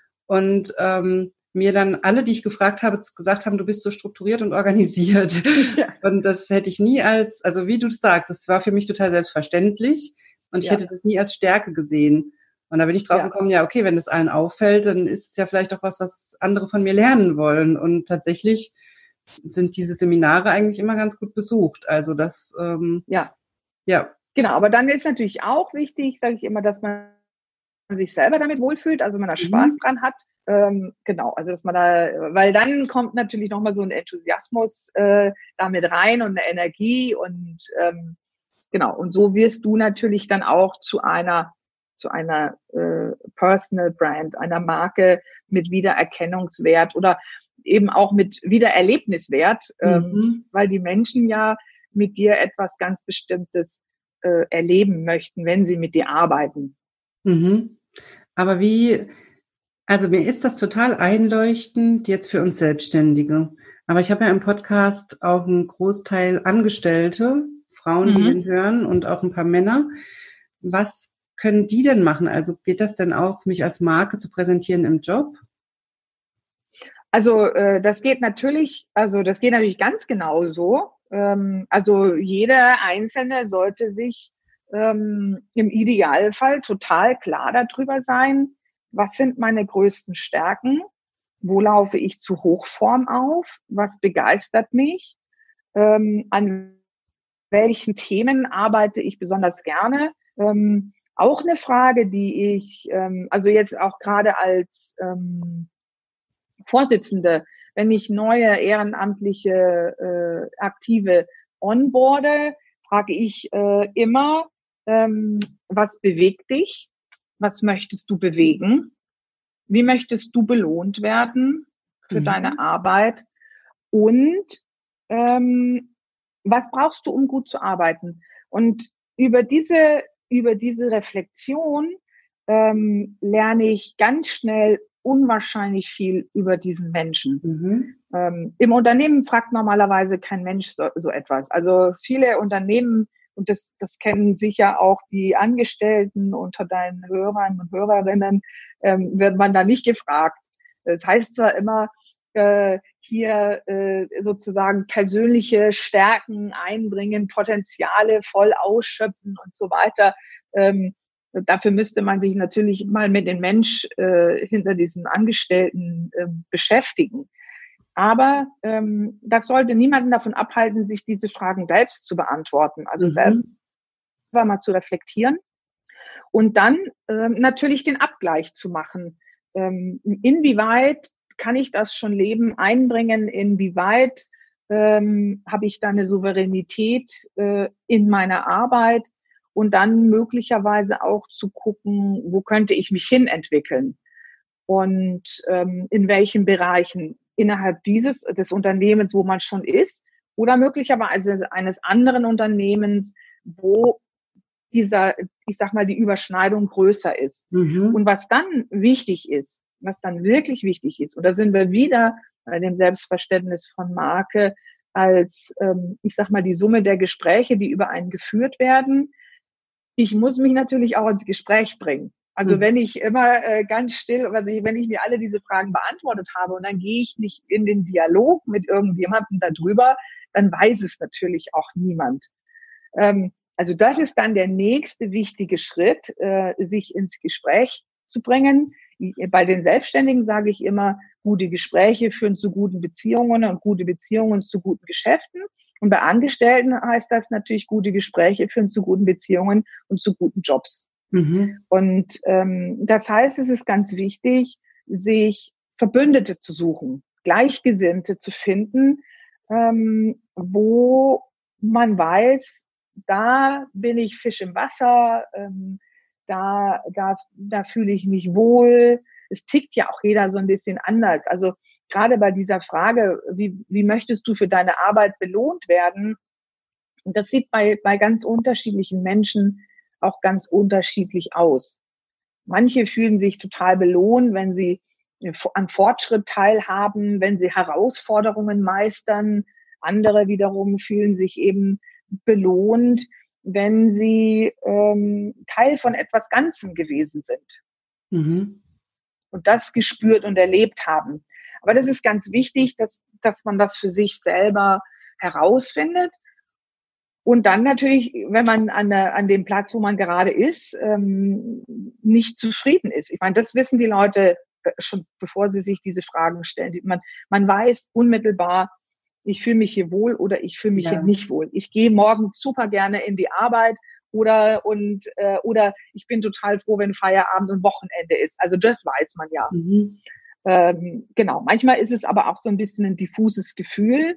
Und ähm, mir dann alle, die ich gefragt habe, gesagt haben, du bist so strukturiert und organisiert. Ja, Und das hätte ich nie als, also wie du es sagst, das war für mich total selbstverständlich und ich ja, hätte das nie als Stärke gesehen. Und da bin ich drauf ja, gekommen, ja, okay, wenn das allen auffällt, dann ist es ja vielleicht auch was, was andere von mir lernen wollen. Und tatsächlich sind diese Seminare eigentlich immer ganz gut besucht. Also das, ähm, ja. ja. Genau, aber dann ist natürlich auch wichtig, sage ich immer, dass man sich selber damit wohlfühlt, also man da Spaß Mhm. dran hat. Ähm, genau, also dass man da, weil dann kommt natürlich nochmal so ein Enthusiasmus äh, damit rein und eine Energie und ähm, genau, und so wirst du natürlich dann auch zu einer zu einer äh, Personal Brand, einer Marke mit Wiedererkennungswert oder eben auch mit wieder Erlebniswert, ähm, Mhm. weil die Menschen ja mit dir etwas ganz Bestimmtes äh, erleben möchten, wenn sie mit dir arbeiten. Mhm. Aber wie, also mir ist das total einleuchtend jetzt für uns Selbstständige. Aber ich habe ja im Podcast auch einen Großteil Angestellte, Frauen, die den Mhm. hören und auch ein paar Männer. Was können die denn machen? Also geht das denn auch, mich als Marke zu präsentieren im Job? Also äh, das geht natürlich, also das geht natürlich ganz genau so. Ähm, also jeder Einzelne sollte sich ähm, im Idealfall total klar darüber sein, was sind meine größten Stärken, wo laufe ich zu Hochform auf, was begeistert mich, ähm, an welchen Themen arbeite ich besonders gerne. Ähm, auch eine Frage, die ich, ähm, also jetzt auch gerade als ähm, Vorsitzende, wenn ich neue ehrenamtliche äh, Aktive onboarde, frage ich äh, immer, ähm, was bewegt dich? Was möchtest du bewegen? Wie möchtest du belohnt werden für deine Mhm. Arbeit? Und ähm, was brauchst du, um gut zu arbeiten? Und über diese, über diese Reflexion ähm, lerne ich ganz schnell unwahrscheinlich viel über diesen Menschen. Mhm. Ähm, Im Unternehmen fragt normalerweise kein Mensch so, so etwas. Also viele Unternehmen, und das, das kennen sicher auch die Angestellten unter deinen Hörern und Hörerinnen, ähm, wird man da nicht gefragt. Das heißt zwar immer, äh, hier äh, sozusagen persönliche Stärken einbringen, Potenziale voll ausschöpfen und so weiter. Ähm, dafür müsste man sich natürlich mal mit dem Mensch äh, hinter diesen Angestellten äh, beschäftigen. Aber ähm, das sollte niemanden davon abhalten, sich diese Fragen selbst zu beantworten, also selber Mhm. mal zu reflektieren und dann ähm, natürlich den Abgleich zu machen. Ähm, inwieweit kann ich das schon Leben einbringen? Inwieweit ähm, habe ich da eine Souveränität äh, in meiner Arbeit? Und dann möglicherweise auch zu gucken, wo könnte ich mich hinentwickeln? Und ähm, in welchen Bereichen innerhalb dieses des Unternehmens, wo man schon ist, oder möglicherweise eines anderen Unternehmens, wo dieser, ich sag mal, die Überschneidung größer ist. Mhm. Und was dann wichtig ist, was dann wirklich wichtig ist, und da sind wir wieder bei dem Selbstverständnis von Marke als, ähm, ich sag mal, die Summe der Gespräche, die über einen geführt werden. Ich muss mich natürlich auch ins Gespräch bringen. Also Mhm. wenn ich immer äh, ganz still, also wenn ich mir alle diese Fragen beantwortet habe und dann gehe ich nicht in den Dialog mit irgendjemandem darüber, dann weiß es natürlich auch niemand. Ähm, also das ist dann der nächste wichtige Schritt, äh, sich ins Gespräch zu bringen. Bei den Selbstständigen sage ich immer, gute Gespräche führen zu guten Beziehungen und gute Beziehungen zu guten Geschäften. Und bei Angestellten heißt das natürlich, gute Gespräche führen zu guten Beziehungen und zu guten Jobs. Mhm. Und ähm, das heißt, es ist ganz wichtig, sich Verbündete zu suchen, Gleichgesinnte zu finden, ähm, wo man weiß, da bin ich Fisch im Wasser, ähm, da, da, da fühle ich mich wohl. Es tickt ja auch jeder so ein bisschen anders. Also gerade bei dieser Frage, wie, wie möchtest du für deine Arbeit belohnt werden? Und das sieht bei, bei ganz unterschiedlichen Menschen auch ganz unterschiedlich aus. Manche fühlen sich total belohnt, wenn sie an Fortschritt teilhaben, wenn sie Herausforderungen meistern. Andere wiederum fühlen sich eben belohnt, wenn sie ähm, Teil von etwas Ganzem gewesen sind Mhm. und das gespürt und erlebt haben. Aber das ist ganz wichtig, dass, dass man das für sich selber herausfindet. Und dann natürlich, wenn man an, der, an dem Platz, wo man gerade ist, ähm, nicht zufrieden ist. Ich meine, das wissen die Leute schon, bevor sie sich diese Fragen stellen. Man, man weiß unmittelbar, ich fühle mich hier wohl oder ich fühle mich hier Ja. nicht wohl. Ich gehe morgens super gerne in die Arbeit oder und äh, oder ich bin total froh, wenn Feierabend und Wochenende ist. Also das weiß man ja. Mhm. Ähm, genau. Manchmal ist es aber auch so ein bisschen ein diffuses Gefühl,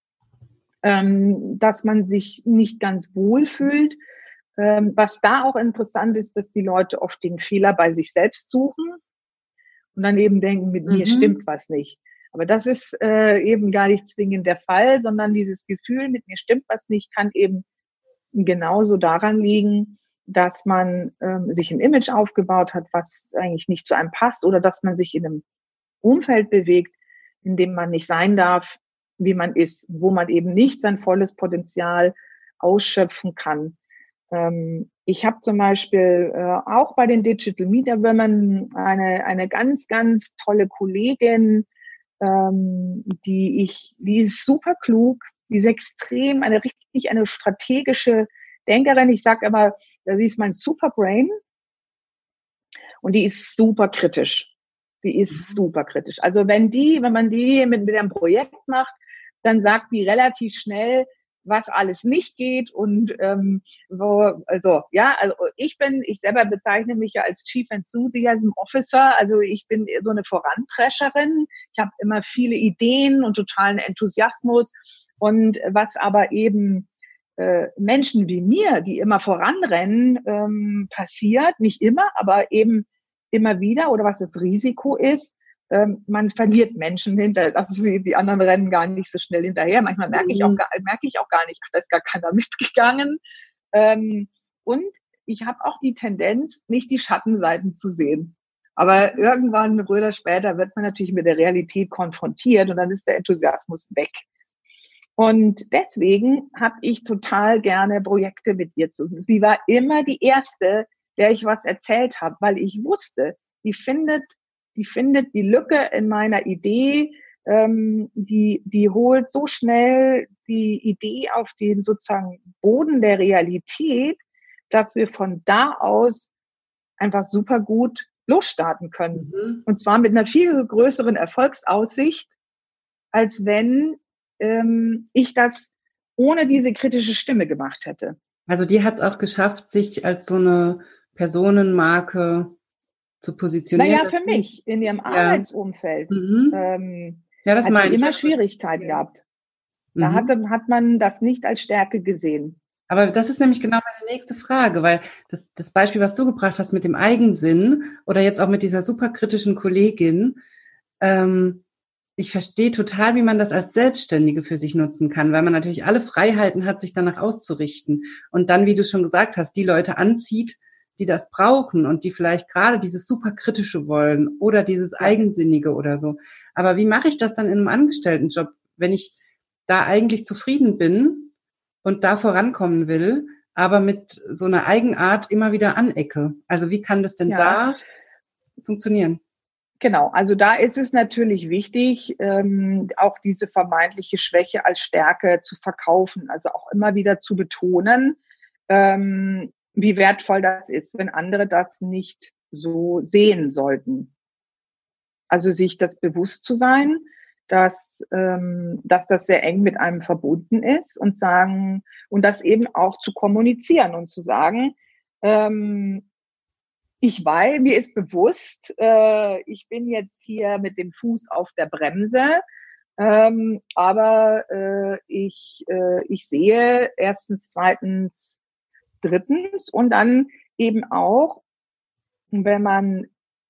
ähm, dass man sich nicht ganz wohl fühlt. Ähm, was da auch interessant ist, dass die Leute oft den Fehler bei sich selbst suchen und dann eben denken, mit mir Mhm. stimmt was nicht. Aber das ist äh, eben gar nicht zwingend der Fall, sondern dieses Gefühl, mit mir stimmt was nicht, kann eben genauso daran liegen, dass man ähm, sich ein Image aufgebaut hat, was eigentlich nicht zu einem passt, oder dass man sich in einem Umfeld bewegt, in dem man nicht sein darf, wie man ist, wo man eben nicht sein volles Potenzial ausschöpfen kann. Ähm, ich habe zum Beispiel äh, auch bei den Digital Media Women eine, eine ganz, ganz tolle Kollegin, ähm, die ich, die ist super klug, die ist extrem, eine richtig, eine strategische Denkerin. Ich sage immer, sie ist mein Superbrain und die ist super kritisch. Die ist super kritisch. Also wenn die, wenn man die mit, mit einem Projekt macht, dann sagt die relativ schnell, was alles nicht geht und ähm, wo, also ja, also ich bin, ich selber bezeichne mich ja als Chief Enthusiasm Officer, also ich bin so eine Voranprescherin. Ich habe immer viele Ideen und totalen Enthusiasmus, und was aber eben äh, Menschen wie mir, die immer voranrennen, ähm, passiert, nicht immer, aber eben immer wieder, oder was das Risiko ist, ähm, man verliert Menschen hinter, also die, die anderen rennen gar nicht so schnell hinterher. Manchmal merke ich auch gar, merke ich auch gar nicht, ach, da ist gar keiner mitgegangen. Ähm, und ich habe auch die Tendenz, nicht die Schattenseiten zu sehen. Aber irgendwann, früher oder später, wird man natürlich mit der Realität konfrontiert und dann ist der Enthusiasmus weg. Und deswegen habe ich total gerne Projekte mit ihr zu. Sie war immer die Erste, der ich was erzählt habe, weil ich wusste, die findet, die findet die Lücke in meiner Idee, ähm, die, die holt so schnell die Idee auf den sozusagen Boden der Realität, dass wir von da aus einfach super gut losstarten können. Mhm. Und zwar mit einer viel größeren Erfolgsaussicht, als wenn ähm, ich das ohne diese kritische Stimme gemacht hätte. Also die hat es auch geschafft, sich als so eine Personenmarke zu positionieren. Naja, für mich, in ihrem ja. Arbeitsumfeld. Mhm. Ähm, ja, das hat meine sie ich. immer Schwierigkeiten ja. gehabt. Da mhm. hat, hat man das nicht als Stärke gesehen. Aber das ist nämlich genau meine nächste Frage, weil das, das Beispiel, was du gebracht hast mit dem Eigensinn oder jetzt auch mit dieser superkritischen Kollegin, ähm, ich verstehe total, wie man das als Selbstständige für sich nutzen kann, weil man natürlich alle Freiheiten hat, sich danach auszurichten und dann, wie du schon gesagt hast, die Leute anzieht, die das brauchen und die vielleicht gerade dieses superkritische wollen oder dieses Eigensinnige oder so. Aber wie mache ich das dann in einem Angestelltenjob, wenn ich da eigentlich zufrieden bin und da vorankommen will, aber mit so einer Eigenart immer wieder anecke? Also wie kann das denn ja. da funktionieren? Genau, also da ist es natürlich wichtig, ähm, auch diese vermeintliche Schwäche als Stärke zu verkaufen, also auch immer wieder zu betonen, ähm, wie wertvoll das ist, wenn andere das nicht so sehen sollten. Also sich das bewusst zu sein, dass, ähm, dass das sehr eng mit einem verbunden ist und sagen, und das eben auch zu kommunizieren und zu sagen, ähm, ich weiß, mir ist bewusst, äh, ich bin jetzt hier mit dem Fuß auf der Bremse, ähm, aber äh, ich, äh, ich sehe erstens, zweitens, drittens und dann eben auch, wenn man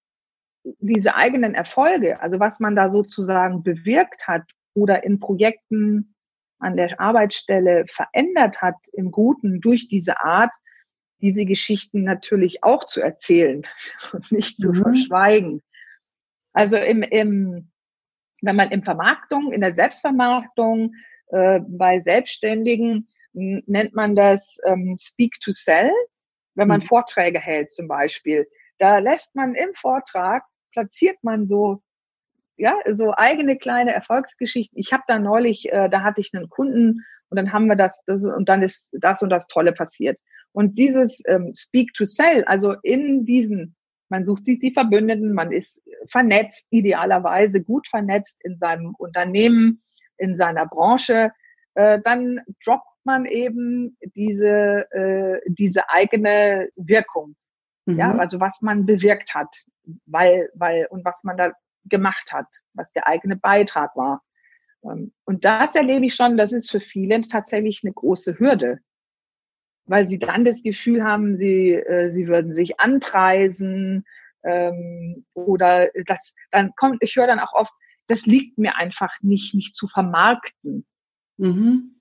diese eigenen Erfolge, also was man da sozusagen bewirkt hat oder in Projekten an der Arbeitsstelle verändert hat im Guten durch diese Art, diese Geschichten natürlich auch zu erzählen und nicht zu mhm. verschweigen. Also im, im, wenn man in Vermarktung, in der Selbstvermarktung, äh, bei Selbstständigen m, nennt man das ähm, Speak to Sell, wenn man mhm. Vorträge hält zum Beispiel. Da lässt man im Vortrag, platziert man so, ja, so eigene kleine Erfolgsgeschichten. Ich habe da neulich, äh, da hatte ich einen Kunden und dann haben wir das, das und dann ist das und das Tolle passiert. Und dieses ähm, Speak to Sell, also in diesen, man sucht sich die Verbündeten, man ist vernetzt, idealerweise gut vernetzt in seinem Unternehmen, in seiner Branche, äh, dann droppt man eben diese, äh, diese eigene Wirkung. Mhm. Ja, also was man bewirkt hat, weil, weil, und was man da gemacht hat, was der eigene Beitrag war. Und das erlebe ich schon, das ist für viele tatsächlich eine große Hürde, weil sie dann das Gefühl haben, sie, äh, sie würden sich anpreisen, ähm, oder das, dann kommt, ich höre dann auch oft, das liegt mir einfach nicht, mich zu vermarkten. Mhm.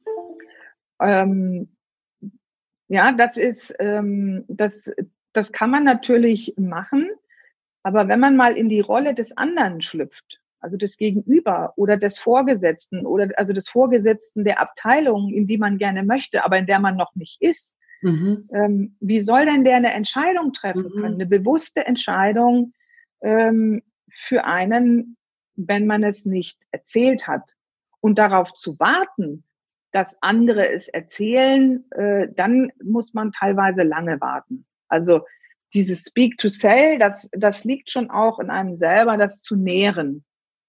Ähm, ja, das ist, ähm, das, das kann man natürlich machen, aber wenn man mal in die Rolle des anderen schlüpft, also des Gegenüber oder des Vorgesetzten oder also des Vorgesetzten der Abteilung, in die man gerne möchte, aber in der man noch nicht ist, Mhm. ähm, wie soll denn der eine Entscheidung treffen können, Mhm. eine bewusste Entscheidung ähm, für einen, wenn man es nicht erzählt hat? Und darauf zu warten, dass andere es erzählen, äh, dann muss man teilweise lange warten. Also dieses Speak to Sell, das, das liegt schon auch in einem selber, das zu nähren.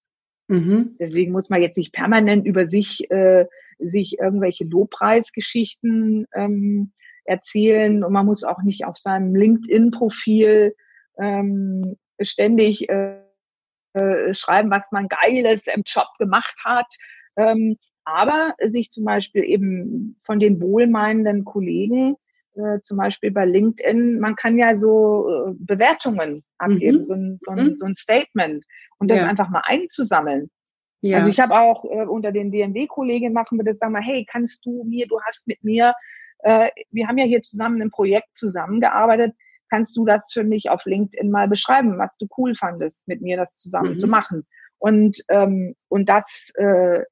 Mhm. Deswegen muss man jetzt nicht permanent über sich, äh, sich irgendwelche Lobpreisgeschichten ähm, erzählen und man muss auch nicht auf seinem LinkedIn-Profil ähm, ständig äh, äh, schreiben, was man Geiles im Job gemacht hat. Ähm, aber sich zum Beispiel eben von den wohlmeinenden Kollegen, äh, zum Beispiel bei LinkedIn, man kann ja so äh, Bewertungen abgeben, so Mhm. ein, so, ein, Mhm. so ein Statement und das Ja, einfach mal einzusammeln. Also ja. ich habe auch äh, unter den D N W-Kollegen machen wir das, sagen wir, hey, kannst du mir, du hast mit mir, äh, wir haben ja hier zusammen ein Projekt zusammengearbeitet, kannst du das für mich auf LinkedIn mal beschreiben, was du cool fandest, mit mir das zusammen zu Mhm. machen. Und, ähm, und das, äh,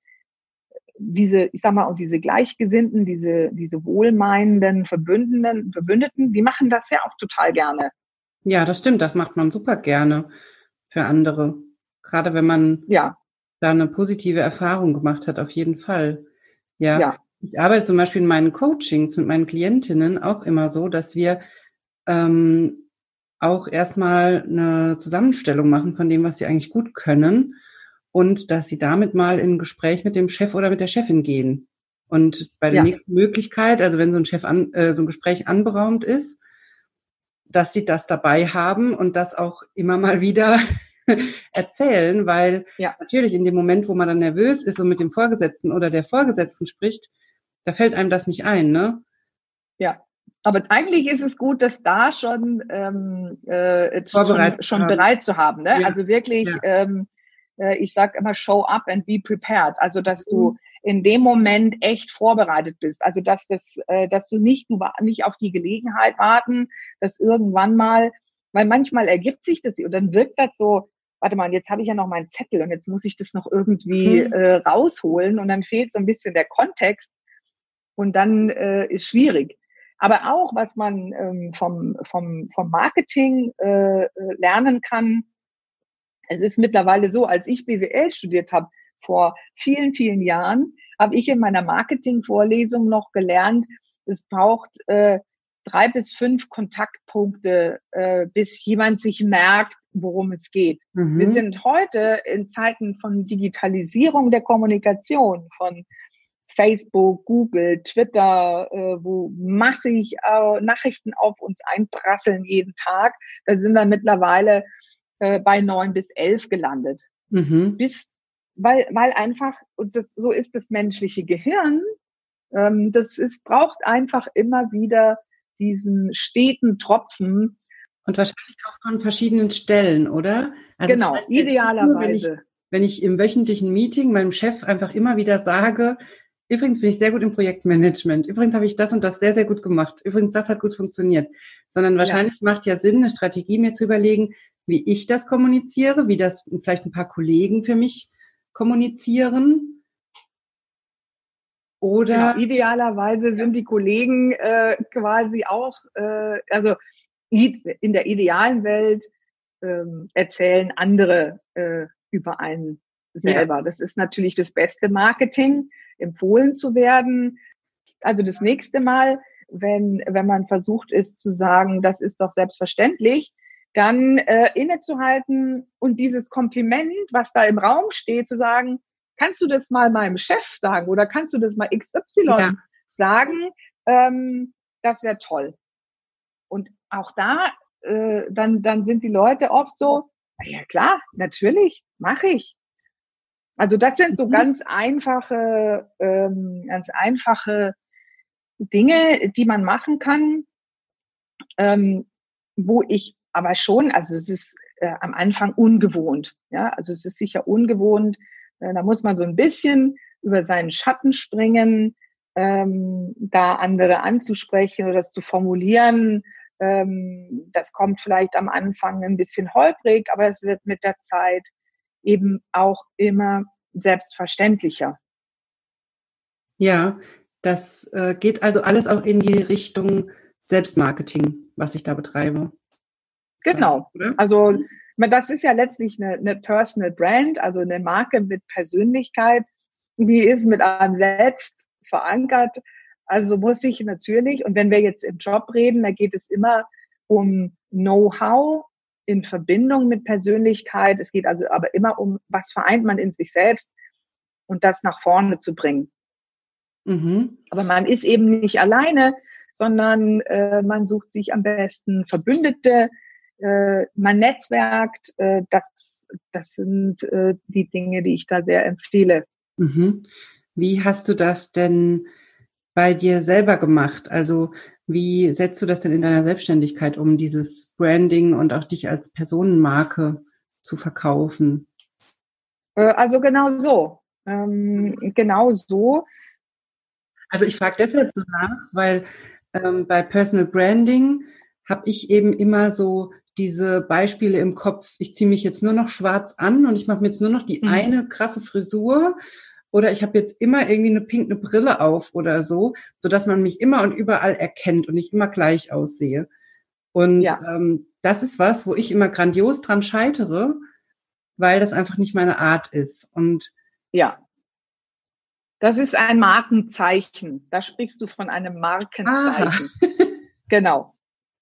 diese, ich sag mal, und diese Gleichgesinnten, diese, diese wohlmeinenden Verbündeten, Verbündeten, die machen das ja auch total gerne. Ja, das stimmt. Das macht man super gerne für andere. Gerade wenn man Ja, da eine positive Erfahrung gemacht hat, auf jeden Fall. Ja, ja, ich arbeite zum Beispiel in meinen Coachings mit meinen Klientinnen auch immer so, dass wir ähm, auch erstmal eine Zusammenstellung machen von dem, was sie eigentlich gut können und dass sie damit mal in ein Gespräch mit dem Chef oder mit der Chefin gehen. Und bei der ja. nächsten Möglichkeit, also wenn so ein Chef an, äh, so ein Gespräch anberaumt ist, dass sie das dabei haben und das auch immer mal wieder erzählen, weil Ja, natürlich in dem Moment, wo man dann nervös ist und mit dem Vorgesetzten oder der Vorgesetzten spricht, da fällt einem das nicht ein, ne? ja. Aber eigentlich ist es gut, das da schon, ähm, äh, schon, Vorbereitet zu schon haben. bereit zu haben. Ne? Ja, Also wirklich, ja. ähm, äh, ich sage immer, show up and be prepared. Also dass du Mhm. in dem Moment echt vorbereitet bist. Also dass das, äh, dass du nicht, du nicht auf die Gelegenheit warten, dass irgendwann mal, weil manchmal ergibt sich das und dann wirkt das so. Warte mal, jetzt habe ich ja noch meinen Zettel und jetzt muss ich das noch irgendwie Mhm. äh, rausholen und dann fehlt so ein bisschen der Kontext. Und dann äh, ist schwierig. Aber auch, was man ähm, vom, vom, vom Marketing äh, lernen kann, es ist mittlerweile so, als ich B W L studiert habe, vor vielen, vielen Jahren, habe ich in meiner Marketing-Vorlesung noch gelernt, es braucht äh, drei bis fünf Kontaktpunkte, äh, bis jemand sich merkt, worum es geht. Wir Mhm. sind heute in Zeiten von Digitalisierung der Kommunikation, von Facebook, Google, Twitter, äh, wo massig äh, Nachrichten auf uns einprasseln jeden Tag. Da sind wir mittlerweile äh, bei neun bis elf gelandet. Mhm. Bis, weil, weil einfach, und das, so ist das menschliche Gehirn, ähm, das ist, braucht einfach immer wieder diesen steten Tropfen. Und wahrscheinlich auch von verschiedenen Stellen, oder? Also es Genau, reicht ja jetzt nicht nur, wenn ich, idealerweise. wenn ich im wöchentlichen Meeting meinem Chef einfach immer wieder sage, übrigens bin ich sehr gut im Projektmanagement, übrigens habe ich das und das sehr, sehr gut gemacht, übrigens das hat gut funktioniert, sondern Ja, wahrscheinlich macht ja Sinn, eine Strategie mir zu überlegen, wie ich das kommuniziere, wie das vielleicht ein paar Kollegen für mich kommunizieren genau. oder, Idealerweise ja, sind die Kollegen äh, quasi auch, äh, also in der idealen Welt ähm, erzählen andere äh, über einen ja, selber. Das ist natürlich das beste Marketing, empfohlen zu werden. Also das nächste Mal, wenn, wenn man versucht ist zu sagen, das ist doch selbstverständlich, dann äh, innezuhalten und dieses Kompliment, was da im Raum steht, zu sagen, kannst du das mal meinem Chef sagen oder kannst du das mal X ja, Y sagen, ähm, das wäre toll. Und auch da, äh, dann, dann sind die Leute oft so, na ja klar, natürlich, mache ich. Also das sind so mhm. ganz einfache, ähm, ganz einfache Dinge, die man machen kann, ähm, wo ich aber schon, also es ist äh, am Anfang ungewohnt. Ja, also es ist sicher ungewohnt. Äh, da muss man so ein bisschen über seinen Schatten springen, ähm, da andere anzusprechen oder das zu formulieren. Ähm, das kommt vielleicht am Anfang ein bisschen holprig, aber es wird mit der Zeit eben auch immer selbstverständlicher. Ja, das äh, geht also alles auch in die Richtung Selbstmarketing, was ich da betreibe. Genau. Oder? Also das ist ja letztlich eine, eine Personal Brand, also eine Marke mit Persönlichkeit, die ist mit einem selbst verankert. Also muss ich natürlich, und wenn wir jetzt im Job reden, da geht es immer um Know-how in Verbindung mit Persönlichkeit. Es geht also aber immer um, was vereint man in sich selbst und das nach vorne zu bringen. Mhm. Aber man ist eben nicht alleine, sondern äh, man sucht sich am besten Verbündete, äh, man netzwerkt. Äh, das, das sind äh, die Dinge, die ich da sehr empfehle. Mhm. Wie hast du das denn bei dir selber gemacht? Also wie setzt du das denn in deiner Selbstständigkeit um, dieses Branding und auch dich als Personenmarke zu verkaufen? Äh, also genau so. Ähm, genau so. Also ich frage deshalb so nach, weil ähm, bei Personal Branding habe ich eben immer so diese Beispiele im Kopf. Ich ziehe mich jetzt nur noch schwarz an und ich mache mir jetzt nur noch die Mhm. eine krasse Frisur oder ich habe jetzt immer irgendwie eine pinkne Brille auf oder so, sodass man mich immer und überall erkennt und ich immer gleich aussehe. Und Ja, ähm, das ist was, wo ich immer grandios dran scheitere, weil das einfach nicht meine Art ist. Und ja. Das ist ein Markenzeichen. Da sprichst du von einem aha. Markenzeichen. Genau.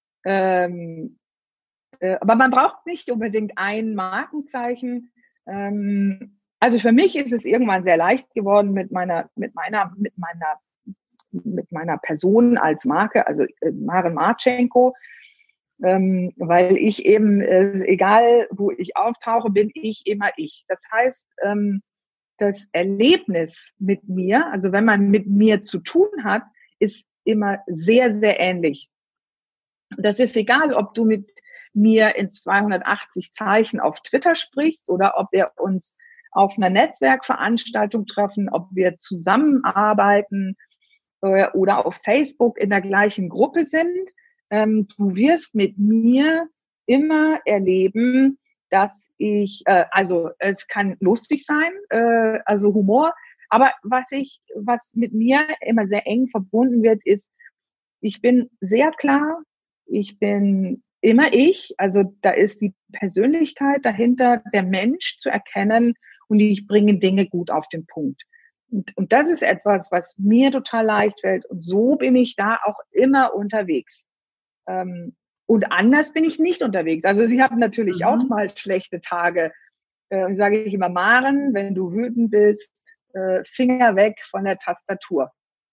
Ähm, äh, aber man braucht nicht unbedingt ein Markenzeichen. Ähm, also für mich ist es irgendwann sehr leicht geworden mit meiner, mit meiner, mit meiner, mit meiner Person als Marke, also äh, Maren Marchenko, ähm, weil ich eben, äh, egal wo ich auftauche, bin ich immer ich. Das heißt, ähm, das Erlebnis mit mir, also wenn man mit mir zu tun hat, ist immer sehr, sehr ähnlich. Das ist egal, ob du mit mir in zweihundertachtzig Zeichen auf Twitter sprichst oder ob wir uns auf einer Netzwerkveranstaltung treffen, ob wir zusammenarbeiten äh, oder auf Facebook in der gleichen Gruppe sind. Ähm, du wirst mit mir immer erleben, dass ich, äh, also es kann lustig sein, äh, also Humor, aber was ich, was mit mir immer sehr eng verbunden wird, ist, ich bin sehr klar, ich bin immer ich, also da ist die Persönlichkeit dahinter, der Mensch zu erkennen und ich bringe Dinge gut auf den Punkt. Und, und das ist etwas, was mir total leicht fällt und so bin ich da auch immer unterwegs. Ähm, und anders bin ich nicht unterwegs. Also ich habe natürlich Mhm. auch mal schlechte Tage. Äh, sage ich immer, Maren, wenn du wütend bist, äh, Finger weg von der Tastatur.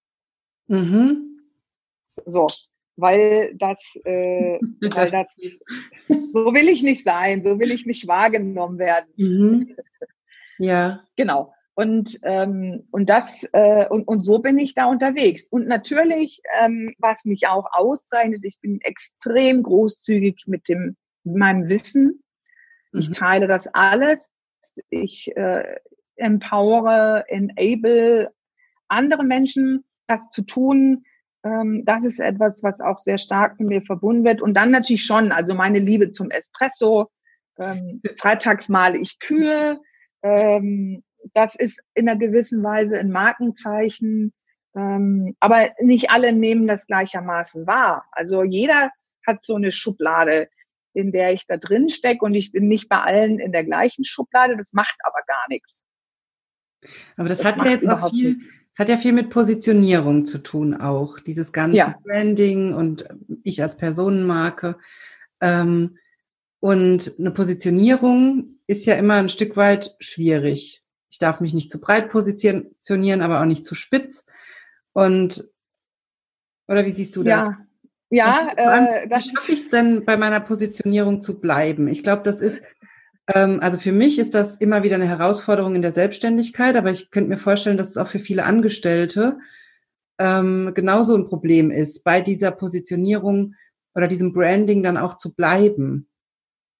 Mhm. So, weil das, äh, weil Das das, so will ich nicht sein, so will ich nicht wahrgenommen werden. Mhm. Ja. Genau. Und ähm, und das äh, und und so bin ich da unterwegs. Und natürlich, ähm, was mich auch auszeichnet, ich bin extrem großzügig mit dem mit meinem Wissen. Ich Mhm. teile das alles. Ich äh, empowere, enable andere Menschen, das zu tun. Ähm, das ist etwas, was auch sehr stark mit mir verbunden wird. Und dann natürlich schon, also meine Liebe zum Espresso. Ähm, freitags male ich Kühe. Ähm, das ist in einer gewissen Weise ein Markenzeichen. Ähm, aber nicht alle nehmen das gleichermaßen wahr. Also jeder hat so eine Schublade, in der ich da drin stecke und ich bin nicht bei allen in der gleichen Schublade. Das macht aber gar nichts. Aber das, Das hat ja macht jetzt auch überhaupt viel, nichts. hat ja viel mit Positionierung zu tun auch. Dieses ganze Ja, Branding und ich als Personenmarke. Ähm, und eine Positionierung ist ja immer ein Stück weit schwierig. Ich darf mich nicht zu breit positionieren, aber auch nicht zu spitz. Und, oder wie siehst du das? ja, ja, Vor allem, äh, wie das ist, schaffe ich es denn, bei meiner Positionierung zu bleiben? Ich glaube, das ist, ähm, also für mich ist das immer wieder eine Herausforderung in der Selbstständigkeit, aber ich könnte mir vorstellen, dass es auch für viele Angestellte ähm, genauso ein Problem ist, bei dieser Positionierung oder diesem Branding dann auch zu bleiben.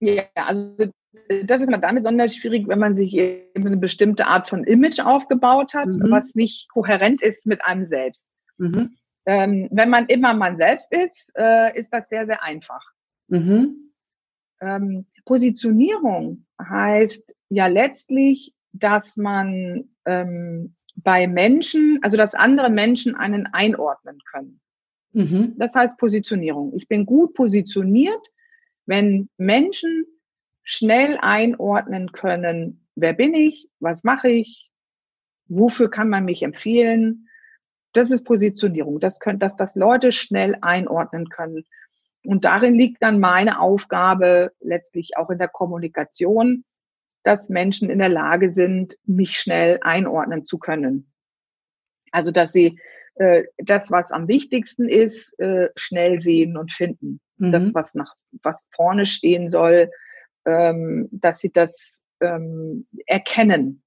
Ja, also das ist mal dann besonders schwierig, wenn man sich eben eine bestimmte Art von Image aufgebaut hat, Mhm. was nicht kohärent ist mit einem selbst. Mhm. Ähm, wenn man immer man selbst ist, äh, ist das sehr, sehr einfach. Mhm. Ähm, Positionierung heißt ja letztlich, dass man ähm, bei Menschen, also dass andere Menschen einen einordnen können. Mhm. Das heißt Positionierung. Ich bin gut positioniert, wenn Menschen schnell einordnen können, wer bin ich, was mache ich, wofür kann man mich empfehlen. Das ist Positionierung, das können, dass das Leute schnell einordnen können. Und darin liegt dann meine Aufgabe letztlich auch in der Kommunikation, dass Menschen in der Lage sind, mich schnell einordnen zu können. Also dass sie äh, das, was am wichtigsten ist, äh, schnell sehen und finden. Mhm. Das, was nach was vorne stehen soll, ähm, dass sie das ähm, erkennen.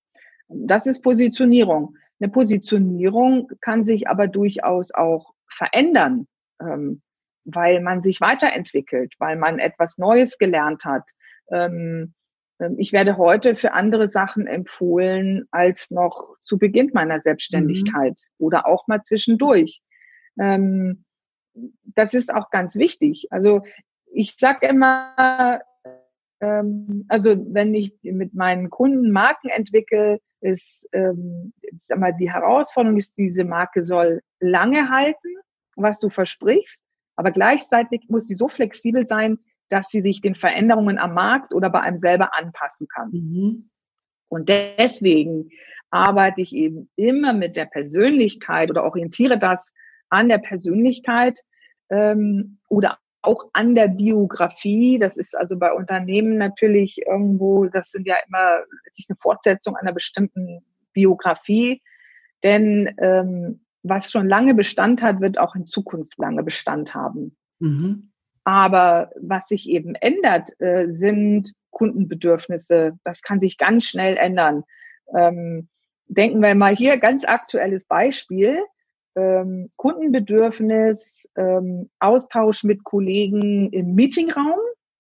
Das ist Positionierung. Eine Positionierung kann sich aber durchaus auch verändern, ähm, weil man sich weiterentwickelt, weil man etwas Neues gelernt hat. Ähm, ich werde heute für andere Sachen empfohlen als noch zu Beginn meiner Selbstständigkeit mhm. oder auch mal zwischendurch. Ähm, das ist auch ganz wichtig. Also ich sage immer, ähm, also wenn ich mit meinen Kunden Marken entwickle, ist, ähm, ist einmal die Herausforderung ist, diese Marke soll lange halten, was du versprichst, aber gleichzeitig muss sie so flexibel sein, dass sie sich den Veränderungen am Markt oder bei einem selber anpassen kann. Mhm. Und deswegen arbeite ich eben immer mit der Persönlichkeit oder orientiere das an der Persönlichkeit ähm, oder auch an der Biografie. Das ist also bei Unternehmen natürlich irgendwo, das sind ja immer letztlich eine Fortsetzung einer bestimmten Biografie. Denn ähm, was schon lange Bestand hat, wird auch in Zukunft lange Bestand haben. Mhm. Aber was sich eben ändert, äh, sind Kundenbedürfnisse. Das kann sich ganz schnell ändern. Ähm, denken wir mal hier, ganz aktuelles Beispiel. Ähm, Kundenbedürfnis, ähm, Austausch mit Kollegen im Meetingraum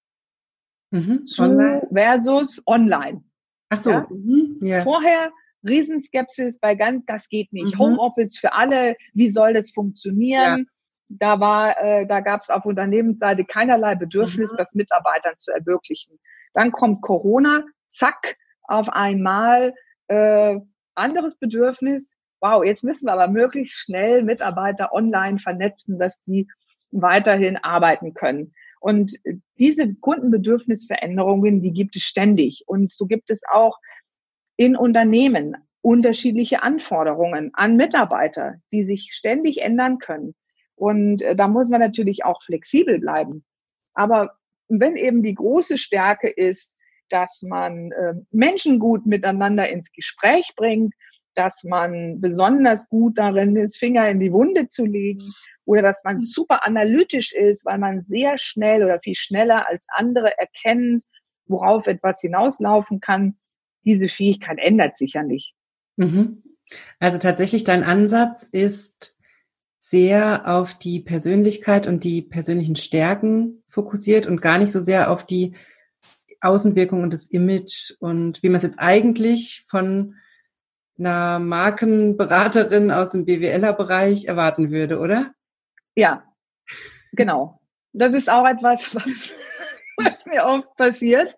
Mhm. zu Online. versus online. Ach so. Ja? Mhm. Ja. Vorher Riesenskepsis bei ganz, das geht nicht. Mhm. Homeoffice für alle, wie soll das funktionieren? Ja. Da war, äh, da gab es auf Unternehmensseite keinerlei Bedürfnis, Mhm. das Mitarbeitern zu ermöglichen. Dann kommt Corona, zack, auf einmal äh, anderes Bedürfnis. Wow, jetzt müssen wir aber möglichst schnell Mitarbeiter online vernetzen, dass die weiterhin arbeiten können. Und diese Kundenbedürfnisveränderungen, die gibt es ständig. Und so gibt es auch in Unternehmen unterschiedliche Anforderungen an Mitarbeiter, die sich ständig ändern können. Und äh, da muss man natürlich auch flexibel bleiben. Aber wenn eben die große Stärke ist, dass man äh, Menschen gut miteinander ins Gespräch bringt, dass man besonders gut darin ist, Finger in die Wunde zu legen oder dass man super analytisch ist, weil man sehr schnell oder viel schneller als andere erkennt, worauf etwas hinauslaufen kann. Diese Fähigkeit ändert sich ja nicht. Mhm. Also tatsächlich, dein Ansatz ist sehr auf die Persönlichkeit und die persönlichen Stärken fokussiert und gar nicht so sehr auf die Außenwirkung und das Image und wie man es jetzt eigentlich von einer Markenberaterin aus dem B W L-Bereich erwarten würde, oder? Ja, genau. Das ist auch etwas, was, was mir oft passiert.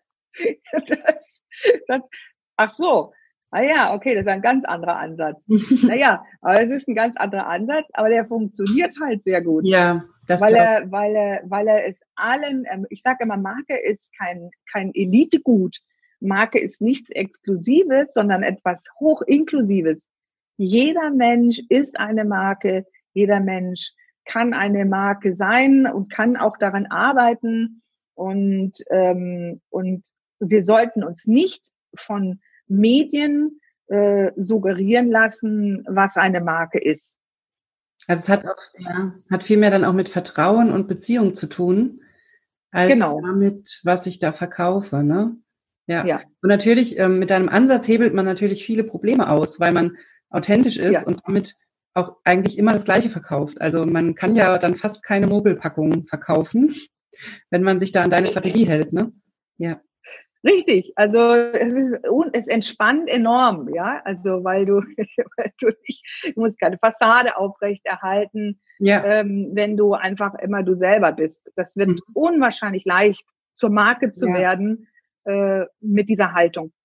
Das, das, ach so, ah ja, okay, das ist ein ganz anderer Ansatz. Naja, aber es ist ein ganz anderer Ansatz, aber der funktioniert halt sehr gut. Ja, das weil glaub... er, weil er, weil er es allen, ich sage immer, Marke ist kein, kein Elitegut. Marke ist nichts Exklusives, sondern etwas Hochinklusives. Jeder Mensch ist eine Marke, jeder Mensch kann eine Marke sein und kann auch daran arbeiten. Und, ähm, und wir sollten uns nicht von Medien äh, suggerieren lassen, was eine Marke ist. Also es hat auch, ja, hat viel mehr dann auch mit Vertrauen und Beziehung zu tun, als genau. damit, was ich da verkaufe, ne? Ja. Ja. Und natürlich, ähm, mit deinem Ansatz hebelt man natürlich viele Probleme aus, weil man authentisch ist Ja. und damit auch eigentlich immer das Gleiche verkauft. Also man kann ja dann fast keine Mogelpackungen verkaufen, wenn man sich da an deine Strategie hält, ne? Ja. Richtig, also es, ist, es entspannt enorm, ja, also weil du, weil du, nicht, du musst keine Fassade aufrechterhalten, ja. ähm, wenn du einfach immer du selber bist. Das wird mhm. unwahrscheinlich leicht, zur Marke zu ja. werden äh, mit dieser Haltung.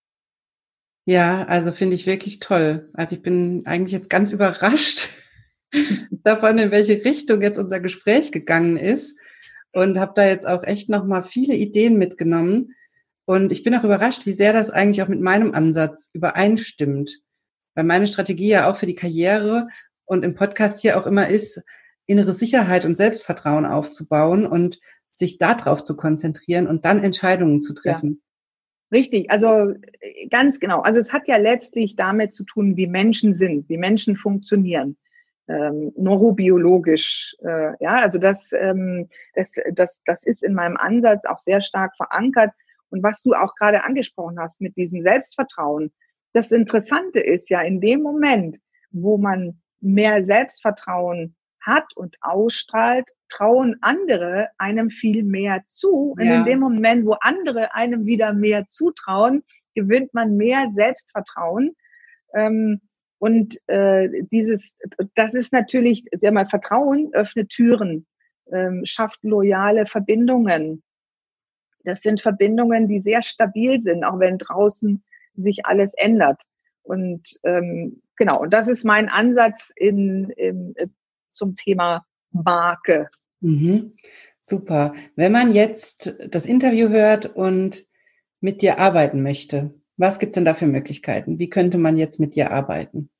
Ja, also finde ich wirklich toll. Also ich bin eigentlich jetzt ganz überrascht davon, in welche Richtung jetzt unser Gespräch gegangen ist und habe da jetzt auch echt nochmal viele Ideen mitgenommen. Und ich bin auch überrascht, wie sehr das eigentlich auch mit meinem Ansatz übereinstimmt. Weil meine Strategie ja auch für die Karriere und im Podcast hier auch immer ist, innere Sicherheit und Selbstvertrauen aufzubauen und sich darauf zu konzentrieren und dann Entscheidungen zu treffen. Ja, richtig, also ganz genau. Also es hat ja letztlich damit zu tun, wie Menschen sind, wie Menschen funktionieren. Ähm, neurobiologisch, äh, ja, also das, ähm, das, das, das ist in meinem Ansatz auch sehr stark verankert. Und was du auch gerade angesprochen hast mit diesem Selbstvertrauen, das Interessante ist ja, in dem Moment, wo man mehr Selbstvertrauen hat und ausstrahlt, trauen andere einem viel mehr zu. Ja. Und in dem Moment, wo andere einem wieder mehr zutrauen, gewinnt man mehr Selbstvertrauen. Ähm, und äh, dieses, das ist natürlich, sehr mal Vertrauen öffnet Türen, ähm, schafft loyale Verbindungen. Das sind Verbindungen, die sehr stabil sind, auch wenn draußen sich alles ändert. Und ähm, genau, und das ist mein Ansatz in, in, zum Thema Marke. Mhm. Super. Wenn man jetzt das Interview hört und mit dir arbeiten möchte, was gibt es denn da für Möglichkeiten? Wie könnte man jetzt mit dir arbeiten?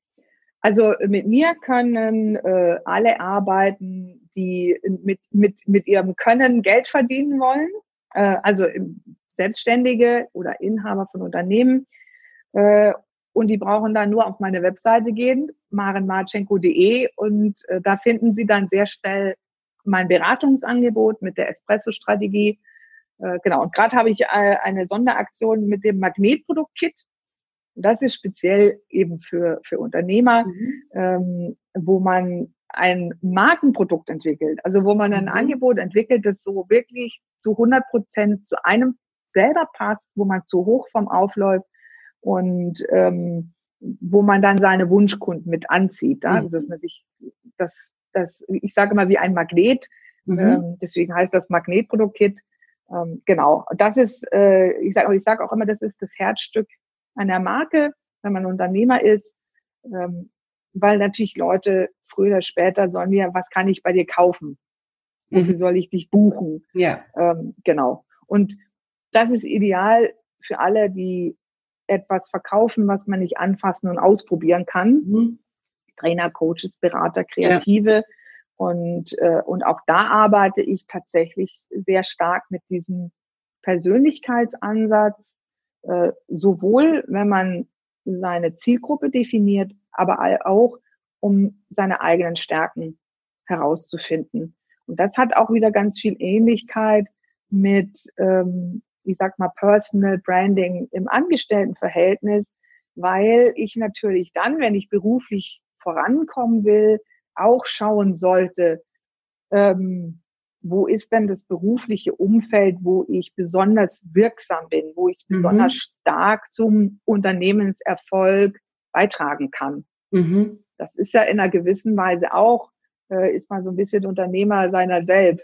Also mit mir können äh, alle arbeiten, die mit, mit, mit ihrem Können Geld verdienen wollen. Äh, also Selbstständige oder Inhaber von Unternehmen. Äh, und die brauchen dann nur auf meine Webseite gehen, maren marczenko punkt de, und äh, da finden sie dann sehr schnell mein Beratungsangebot mit der Espresso-Strategie. Äh, genau, und gerade habe ich äh, eine Sonderaktion mit dem Magnetprodukt-Kit. Das ist speziell eben für, für Unternehmer, mhm. ähm, wo man ein Markenprodukt entwickelt, also wo man ein mhm. Angebot entwickelt, das so wirklich zu hundert Prozent zu einem selber passt, wo man zu Hochform aufläuft und ähm, wo man dann seine Wunschkunden mit anzieht. Ja? Mhm. Also dass man sich, das, das, ich sage mal wie ein Magnet, mhm. ähm, deswegen heißt das Magnetprodukt-Kit. Ähm, genau, das ist, äh, ich sage ich sag auch immer, das ist das Herzstück einer Marke, wenn man Unternehmer ist, ähm, weil natürlich Leute früher oder später sollen wir, was kann ich bei dir kaufen? Wofür mhm. soll ich dich buchen? Ja. Ähm, genau. Und das ist ideal für alle, die etwas verkaufen, was man nicht anfassen und ausprobieren kann. Mhm. Trainer, Coaches, Berater, Kreative. Ja. Und, äh, und auch da arbeite ich tatsächlich sehr stark mit diesem Persönlichkeitsansatz, äh, sowohl wenn man seine Zielgruppe definiert, aber auch um seine eigenen Stärken herauszufinden. Und das hat auch wieder ganz viel Ähnlichkeit mit, ähm, ich sag mal, Personal Branding im Angestelltenverhältnis, weil ich natürlich dann, wenn ich beruflich vorankommen will, auch schauen sollte, ähm, wo ist denn das berufliche Umfeld, wo ich besonders wirksam bin, wo ich mhm. besonders stark zum Unternehmenserfolg beitragen kann. Mhm. Das ist ja in einer gewissen Weise auch, äh, ist man so ein bisschen Unternehmer seiner selbst.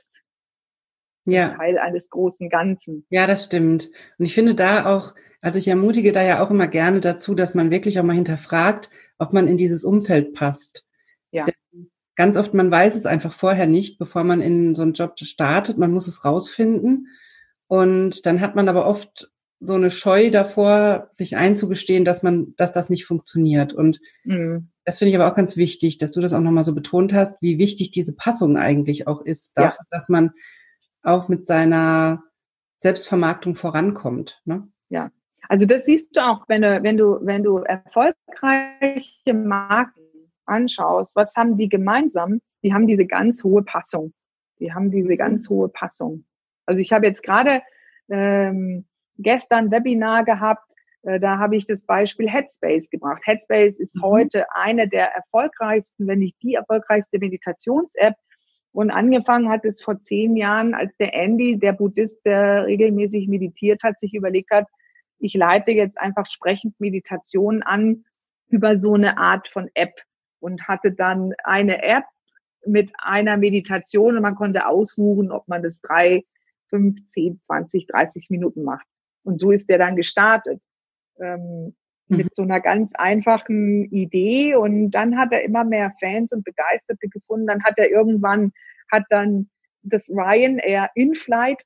Ja. Teil eines großen Ganzen. Ja, das stimmt. Und ich finde da auch, also ich ermutige da ja auch immer gerne dazu, dass man wirklich auch mal hinterfragt, ob man in dieses Umfeld passt. Ja. Denn ganz oft, man weiß es einfach vorher nicht, bevor man in so einen Job startet. Man muss es rausfinden. Und dann hat man aber oft so eine Scheu davor, sich einzugestehen, dass man, dass das nicht funktioniert. Und mhm. das finde ich aber auch ganz wichtig, dass du das auch nochmal so betont hast, wie wichtig diese Passung eigentlich auch ist, dafür, ja. dass man auch mit seiner Selbstvermarktung vorankommt. Ne? Ja, also das siehst du auch, wenn du, wenn du, wenn du erfolgreiche Marken anschaust, was haben die gemeinsam? Die haben diese ganz hohe Passung. Die haben diese mhm. ganz hohe Passung. Also ich habe jetzt gerade ähm, gestern ein Webinar gehabt, äh, da habe ich das Beispiel Headspace gebracht. Headspace ist mhm. heute eine der erfolgreichsten, wenn nicht die erfolgreichste Meditations-App. Und angefangen hat es vor zehn Jahren, als der Andy, der Buddhist, der regelmäßig meditiert hat, sich überlegt hat, ich leite jetzt einfach sprechend Meditationen an über so eine Art von App und hatte dann eine App mit einer Meditation und man konnte aussuchen, ob man das drei, fünf, zehn, zwanzig, dreißig Minuten macht. Und so ist der dann gestartet. Ähm, mhm. Mit so einer ganz einfachen Idee. Und dann hat er immer mehr Fans und Begeisterte gefunden. Dann hat er irgendwann, hat dann das Ryanair In-Flight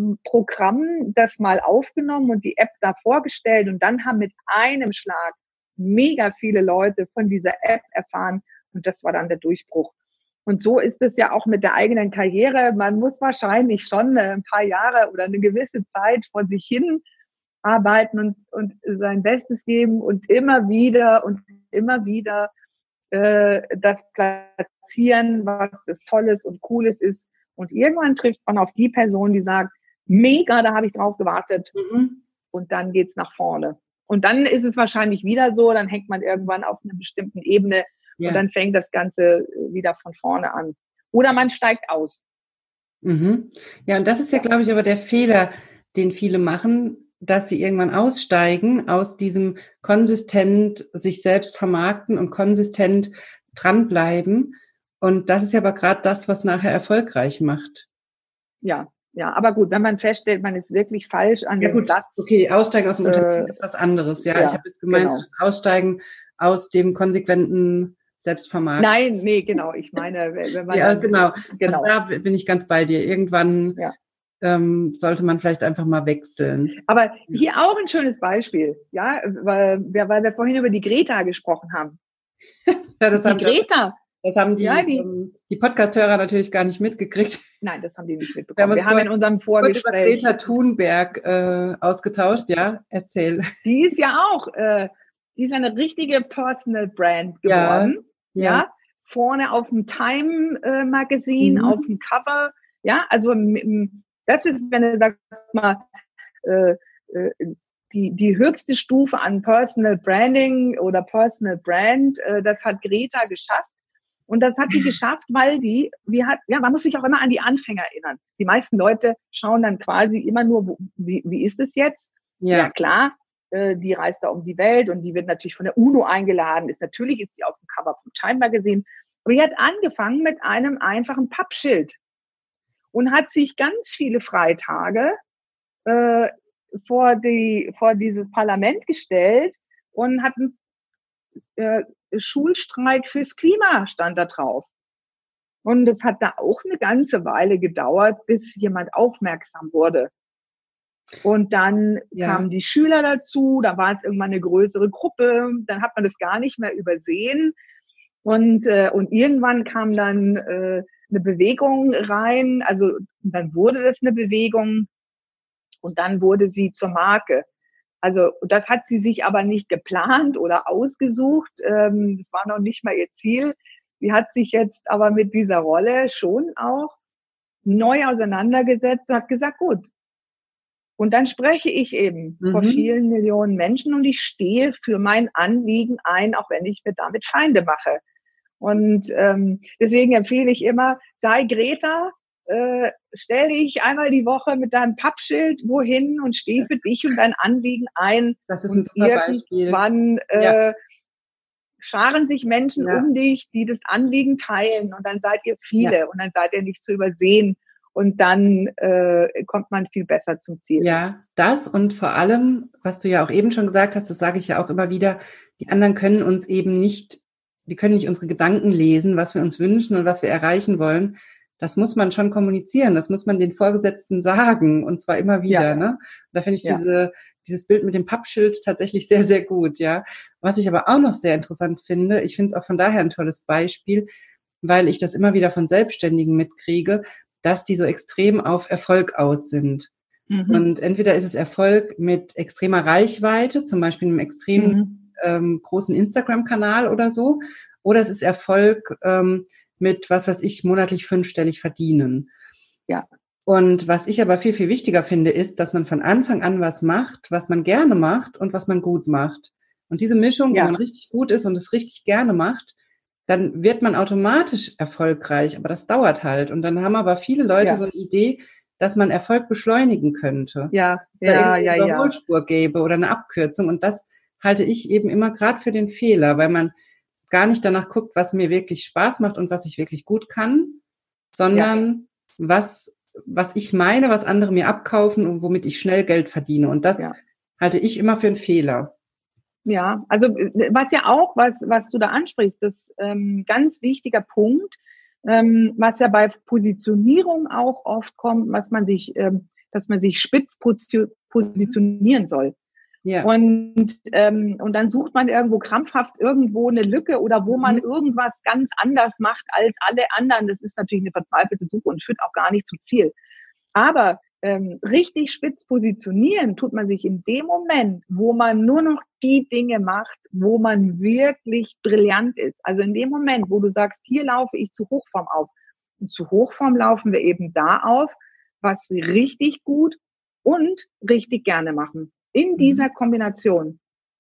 Programm das mal aufgenommen und die App da vorgestellt. Und dann haben mit einem Schlag mega viele Leute von dieser App erfahren. Und das war dann der Durchbruch. Und so ist es ja auch mit der eigenen Karriere. Man muss wahrscheinlich schon ein paar Jahre oder eine gewisse Zeit vor sich hin arbeiten und, und sein Bestes geben und immer wieder und immer wieder äh, das platzieren, was das Tolles und Cooles ist. Und irgendwann trifft man auf die Person, die sagt, mega, da habe ich drauf gewartet. Mhm. Und dann geht's nach vorne. Und dann ist es wahrscheinlich wieder so, dann hängt man irgendwann auf einer bestimmten Ebene. Ja. Und dann fängt das Ganze wieder von vorne an. Oder man steigt aus. Mhm. Ja, und das ist ja, glaube ich, aber der Fehler, den viele machen, dass sie irgendwann aussteigen aus diesem konsistent sich selbst vermarkten und konsistent dranbleiben. Und das ist ja aber gerade das, was nachher erfolgreich macht. Ja, ja, aber gut, wenn man feststellt, man ist wirklich falsch an ja, dem gut, Platz. Okay, aussteigen aus dem äh, Unternehmen ist was anderes. Ja, ja, ich habe jetzt gemeint, genau. Das Aussteigen aus dem konsequenten Selbstvermarkten. Nein, nee, genau. Ich meine, wenn man ja, dann, genau. genau. Also da bin ich ganz bei dir. Irgendwann ja. ähm, sollte man vielleicht einfach mal wechseln. Aber hier auch ein schönes Beispiel, ja, weil, weil wir vorhin über die Greta gesprochen haben. ja, das die haben Greta. Das, das haben die, ja, die, ähm, die Podcast-Hörer natürlich gar nicht mitgekriegt. Nein, das haben die nicht mitbekommen. Wir haben, wir haben in unserem Vorgespräch über Greta Thunberg äh, ausgetauscht, ja, erzähl. Die ist ja auch, äh, die ist eine richtige Personal Brand geworden. Ja. ja. ja. Vorne auf dem Time-Magazin, äh, mhm. auf dem Cover. Ja, also das ist, wenn du sagst mal, äh, äh, die, die höchste Stufe an Personal Branding oder Personal Brand, äh, das hat Greta geschafft. Und das hat die geschafft, weil die, wie hat, ja, man muss sich auch immer an die Anfänger erinnern. Die meisten Leute schauen dann quasi immer nur, wo, wie, wie ist es jetzt? Ja, ja klar, äh, die reist da um die Welt und die wird natürlich von der UNO eingeladen. Ist natürlich ist die auf dem Cover vom Time Magazine. Aber die hat angefangen mit einem einfachen Pappschild und hat sich ganz viele Freitage äh, vor die vor dieses Parlament gestellt und hat ein äh, Schulstreik fürs Klima stand da drauf. Und es hat da auch eine ganze Weile gedauert, bis jemand aufmerksam wurde. Und dann ja. kamen die Schüler dazu, da war es irgendwann eine größere Gruppe, dann hat man das gar nicht mehr übersehen. Und, äh, und irgendwann kam dann äh, eine Bewegung rein, also dann wurde das eine Bewegung und dann wurde sie zur Marke. Also das hat sie sich aber nicht geplant oder ausgesucht. Ähm, das war noch nicht mal ihr Ziel. Sie hat sich jetzt aber mit dieser Rolle schon auch neu auseinandergesetzt und hat gesagt, gut. Und dann spreche ich eben mhm. vor vielen Millionen Menschen und ich stehe für mein Anliegen ein, auch wenn ich mir damit Feinde mache. Und ähm, deswegen empfehle ich immer, sei Greta, Äh, stell dich einmal die Woche mit deinem Pappschild wohin und steh für dich und dein Anliegen ein. Das ist ein super Beispiel. Irgendwann äh, ja. scharen sich Menschen ja. um dich, die das Anliegen teilen und dann seid ihr viele ja. und dann seid ihr nicht zu übersehen und dann äh, kommt man viel besser zum Ziel. Ja, das und vor allem, was du ja auch eben schon gesagt hast, das sage ich ja auch immer wieder, die anderen können uns eben nicht, die können nicht unsere Gedanken lesen, was wir uns wünschen und was wir erreichen wollen. Das muss man schon kommunizieren, das muss man den Vorgesetzten sagen und zwar immer wieder. Ja. Ne? Da finde ich ja. diese, dieses Bild mit dem Pappschild tatsächlich sehr, sehr gut. Ja. Was ich aber auch noch sehr interessant finde, ich finde es auch von daher ein tolles Beispiel, weil ich das immer wieder von Selbstständigen mitkriege, dass die so extrem auf Erfolg aus sind. Mhm. Und entweder ist es Erfolg mit extremer Reichweite, zum Beispiel einem extrem mhm. ähm, großen Instagram-Kanal oder so, oder es ist Erfolg ähm, mit, was weiß ich, monatlich fünfstellig verdienen. Ja. Und was ich aber viel, viel wichtiger finde, ist, dass man von Anfang an was macht, was man gerne macht und was man gut macht. Und diese Mischung, ja. wo man richtig gut ist und es richtig gerne macht, dann wird man automatisch erfolgreich, aber das dauert halt. Und dann haben aber viele Leute Ja. so eine Idee, dass man Erfolg beschleunigen könnte. Ja, Dass ja, da ja, eine ja. Überholspur gäbe oder eine Abkürzung. Und das halte ich eben immer gerade für den Fehler, weil man gar nicht danach guckt, was mir wirklich Spaß macht und was ich wirklich gut kann, sondern ja. was, was ich meine, was andere mir abkaufen und womit ich schnell Geld verdiene. Und das ja. halte ich immer für einen Fehler. Ja, also was ja auch, was, was du da ansprichst, das ähm, ganz wichtiger Punkt, ähm, was ja bei Positionierung auch oft kommt, was man sich, ähm, dass man sich spitz positionieren soll. Ja. Und, ähm, und dann sucht man irgendwo krampfhaft irgendwo eine Lücke oder wo mhm. man irgendwas ganz anders macht als alle anderen. Das ist natürlich eine verzweifelte Suche und führt auch gar nicht zum Ziel. Aber ähm, richtig spitz positionieren tut man sich in dem Moment, wo man nur noch die Dinge macht, wo man wirklich brillant ist. Also in dem Moment, wo du sagst, hier laufe ich zu Hochform auf. Und zu Hochform laufen wir eben da auf, was wir richtig gut und richtig gerne machen. In dieser Kombination.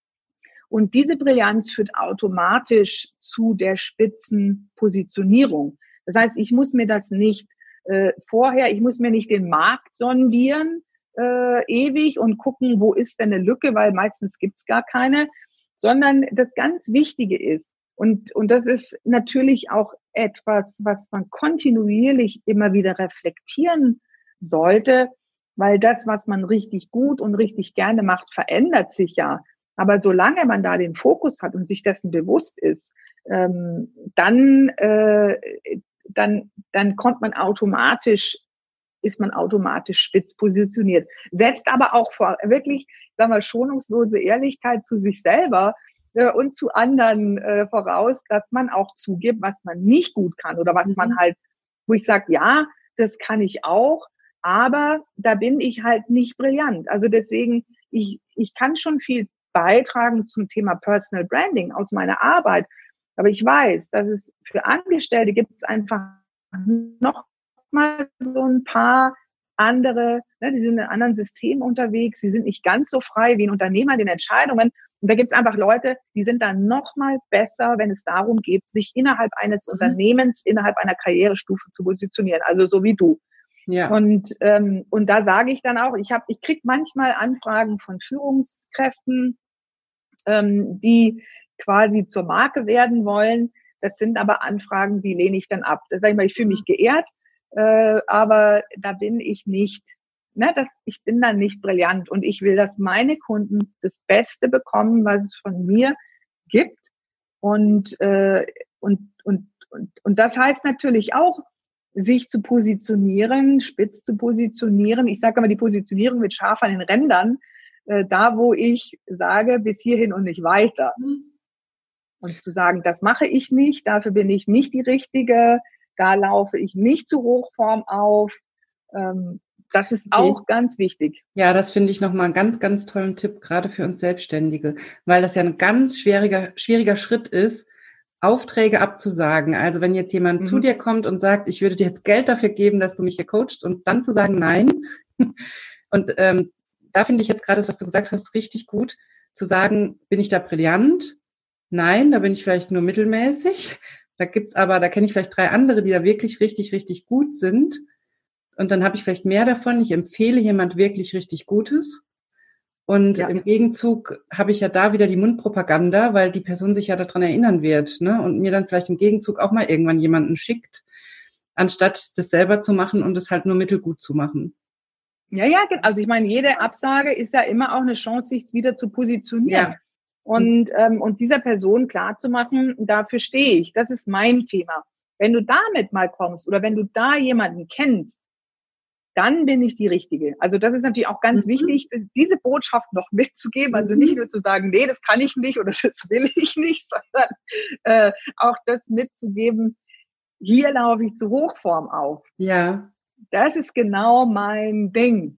Und diese Brillanz führt automatisch zu der Spitzenpositionierung. Das heißt, ich muss mir das nicht äh, vorher, ich muss mir nicht den Markt sondieren äh, ewig und gucken, wo ist denn eine Lücke, weil meistens gibt's gar keine, sondern das ganz Wichtige ist, und, und das ist natürlich auch etwas, was man kontinuierlich immer wieder reflektieren sollte, weil das, was man richtig gut und richtig gerne macht, verändert sich ja. Aber solange man da den Fokus hat und sich dessen bewusst ist, ähm, dann, äh, dann, dann kommt man automatisch, ist man automatisch spitz positioniert. Setzt aber auch vor, wirklich, sagen wir, schonungslose Ehrlichkeit zu sich selber äh, und zu anderen äh, voraus, dass man auch zugibt, was man nicht gut kann oder was mhm. man halt, wo ich sage, ja, das kann ich auch, aber da bin ich halt nicht brillant. Also deswegen, ich, ich kann schon viel beitragen zum Thema Personal Branding aus meiner Arbeit. Aber ich weiß, dass es für Angestellte gibt es einfach noch mal so ein paar andere, ne, die sind in einem anderen System unterwegs, sie sind nicht ganz so frei wie ein Unternehmer in den Entscheidungen. Und da gibt es einfach Leute, die sind dann noch mal besser, wenn es darum geht, sich innerhalb eines mhm. Unternehmens, innerhalb einer Karrierestufe zu positionieren. Also so wie du. Ja. Und ähm, und da sage ich dann auch, ich habe, ich kriege manchmal Anfragen von Führungskräften, ähm, die quasi zur Marke werden wollen. Das sind aber Anfragen, die lehne ich dann ab. Da sage ich mal, ich fühle mich geehrt, äh, aber da bin ich nicht, ne, das, ich bin dann nicht brillant und ich will, dass meine Kunden das Beste bekommen, was es von mir gibt. Und äh, und und und und das heißt natürlich auch, sich zu positionieren, spitz zu positionieren. Ich sage immer, die Positionierung mit scharf an den Rändern, äh, da wo ich sage, bis hierhin und nicht weiter. Mhm. Und zu sagen, das mache ich nicht, dafür bin ich nicht die Richtige, da laufe ich nicht zu Hochform auf. Ähm, das ist okay. Auch ganz wichtig. Ja, das finde ich nochmal einen ganz, ganz tollen Tipp, gerade für uns Selbstständige, weil das ja ein ganz schwieriger, schwieriger Schritt ist, Aufträge abzusagen. Also wenn jetzt jemand mhm. zu dir kommt und sagt, ich würde dir jetzt Geld dafür geben, dass du mich hier coachst, und dann zu sagen, nein. Und ähm, da finde ich jetzt gerade das, was du gesagt hast, richtig gut, zu sagen, bin ich da brillant? Nein, da bin ich vielleicht nur mittelmäßig. Da gibt's aber, da kenne ich vielleicht drei andere, die da wirklich richtig, richtig gut sind. Und dann habe ich vielleicht mehr davon. Ich empfehle jemand wirklich richtig Gutes. Und ja. im Gegenzug habe ich ja da wieder die Mundpropaganda, weil die Person sich ja daran erinnern wird, ne? Und mir dann vielleicht im Gegenzug auch mal irgendwann jemanden schickt, anstatt das selber zu machen und es halt nur mittelgut zu machen. Ja, ja, also ich meine, jede Absage ist ja immer auch eine Chance, sich wieder zu positionieren. Ja. Und, ähm, und dieser Person klarzumachen, dafür stehe ich. Das ist mein Thema. Wenn du damit mal kommst oder wenn du da jemanden kennst, dann bin ich die Richtige. Also das ist natürlich auch ganz mhm. wichtig, diese Botschaft noch mitzugeben. Also nicht nur zu sagen, nee, das kann ich nicht oder das will ich nicht, sondern äh, auch das mitzugeben, hier laufe ich zu Hochform auf. Ja. Das ist genau mein Ding,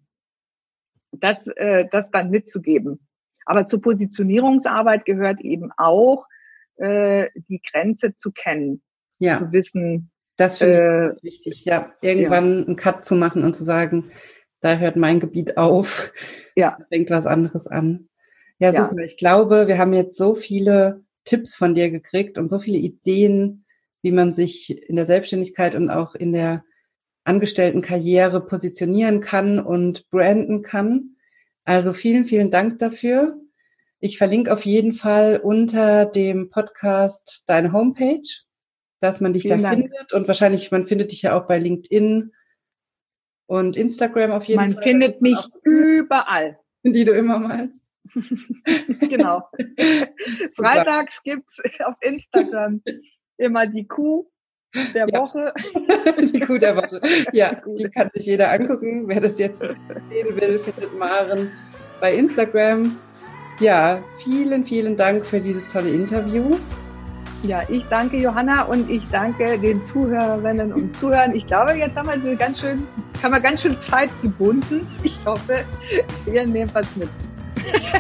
das, äh, das dann mitzugeben. Aber zur Positionierungsarbeit gehört eben auch, äh, die Grenze zu kennen, ja. zu wissen. Das finde äh, ich ganz wichtig, ja. Irgendwann ja. einen Cut zu machen und zu sagen, da hört mein Gebiet auf, ja. da fängt was anderes an. Ja, super. Ja. Ich glaube, wir haben jetzt so viele Tipps von dir gekriegt und so viele Ideen, wie man sich in der Selbstständigkeit und auch in der Angestelltenkarriere positionieren kann und branden kann. Also vielen, vielen Dank dafür. Ich verlinke auf jeden Fall unter dem Podcast deine Homepage, dass man dich vielen da Dank. findet. Und wahrscheinlich, man findet dich ja auch bei LinkedIn und Instagram auf jeden man Fall. Man findet mich überall. Die du immer malst. Genau. Freitags gibt's auf Instagram immer die Kuh der ja. Woche. Die Kuh der Woche. Ja, die, die kann sich jeder angucken. Wer das jetzt sehen will, findet Maren bei Instagram. Ja, vielen, vielen Dank für dieses tolle Interview. Ja, ich danke Johanna und ich danke den Zuhörerinnen und Zuhörern. Ich glaube, jetzt haben wir so ganz schön, haben wir ganz schön Zeit gebunden. Ich hoffe, ihr nehmt was mit.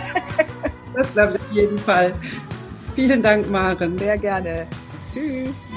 Das glaube ich auf jeden Fall. Vielen Dank, Maren. Sehr gerne. Tschüss.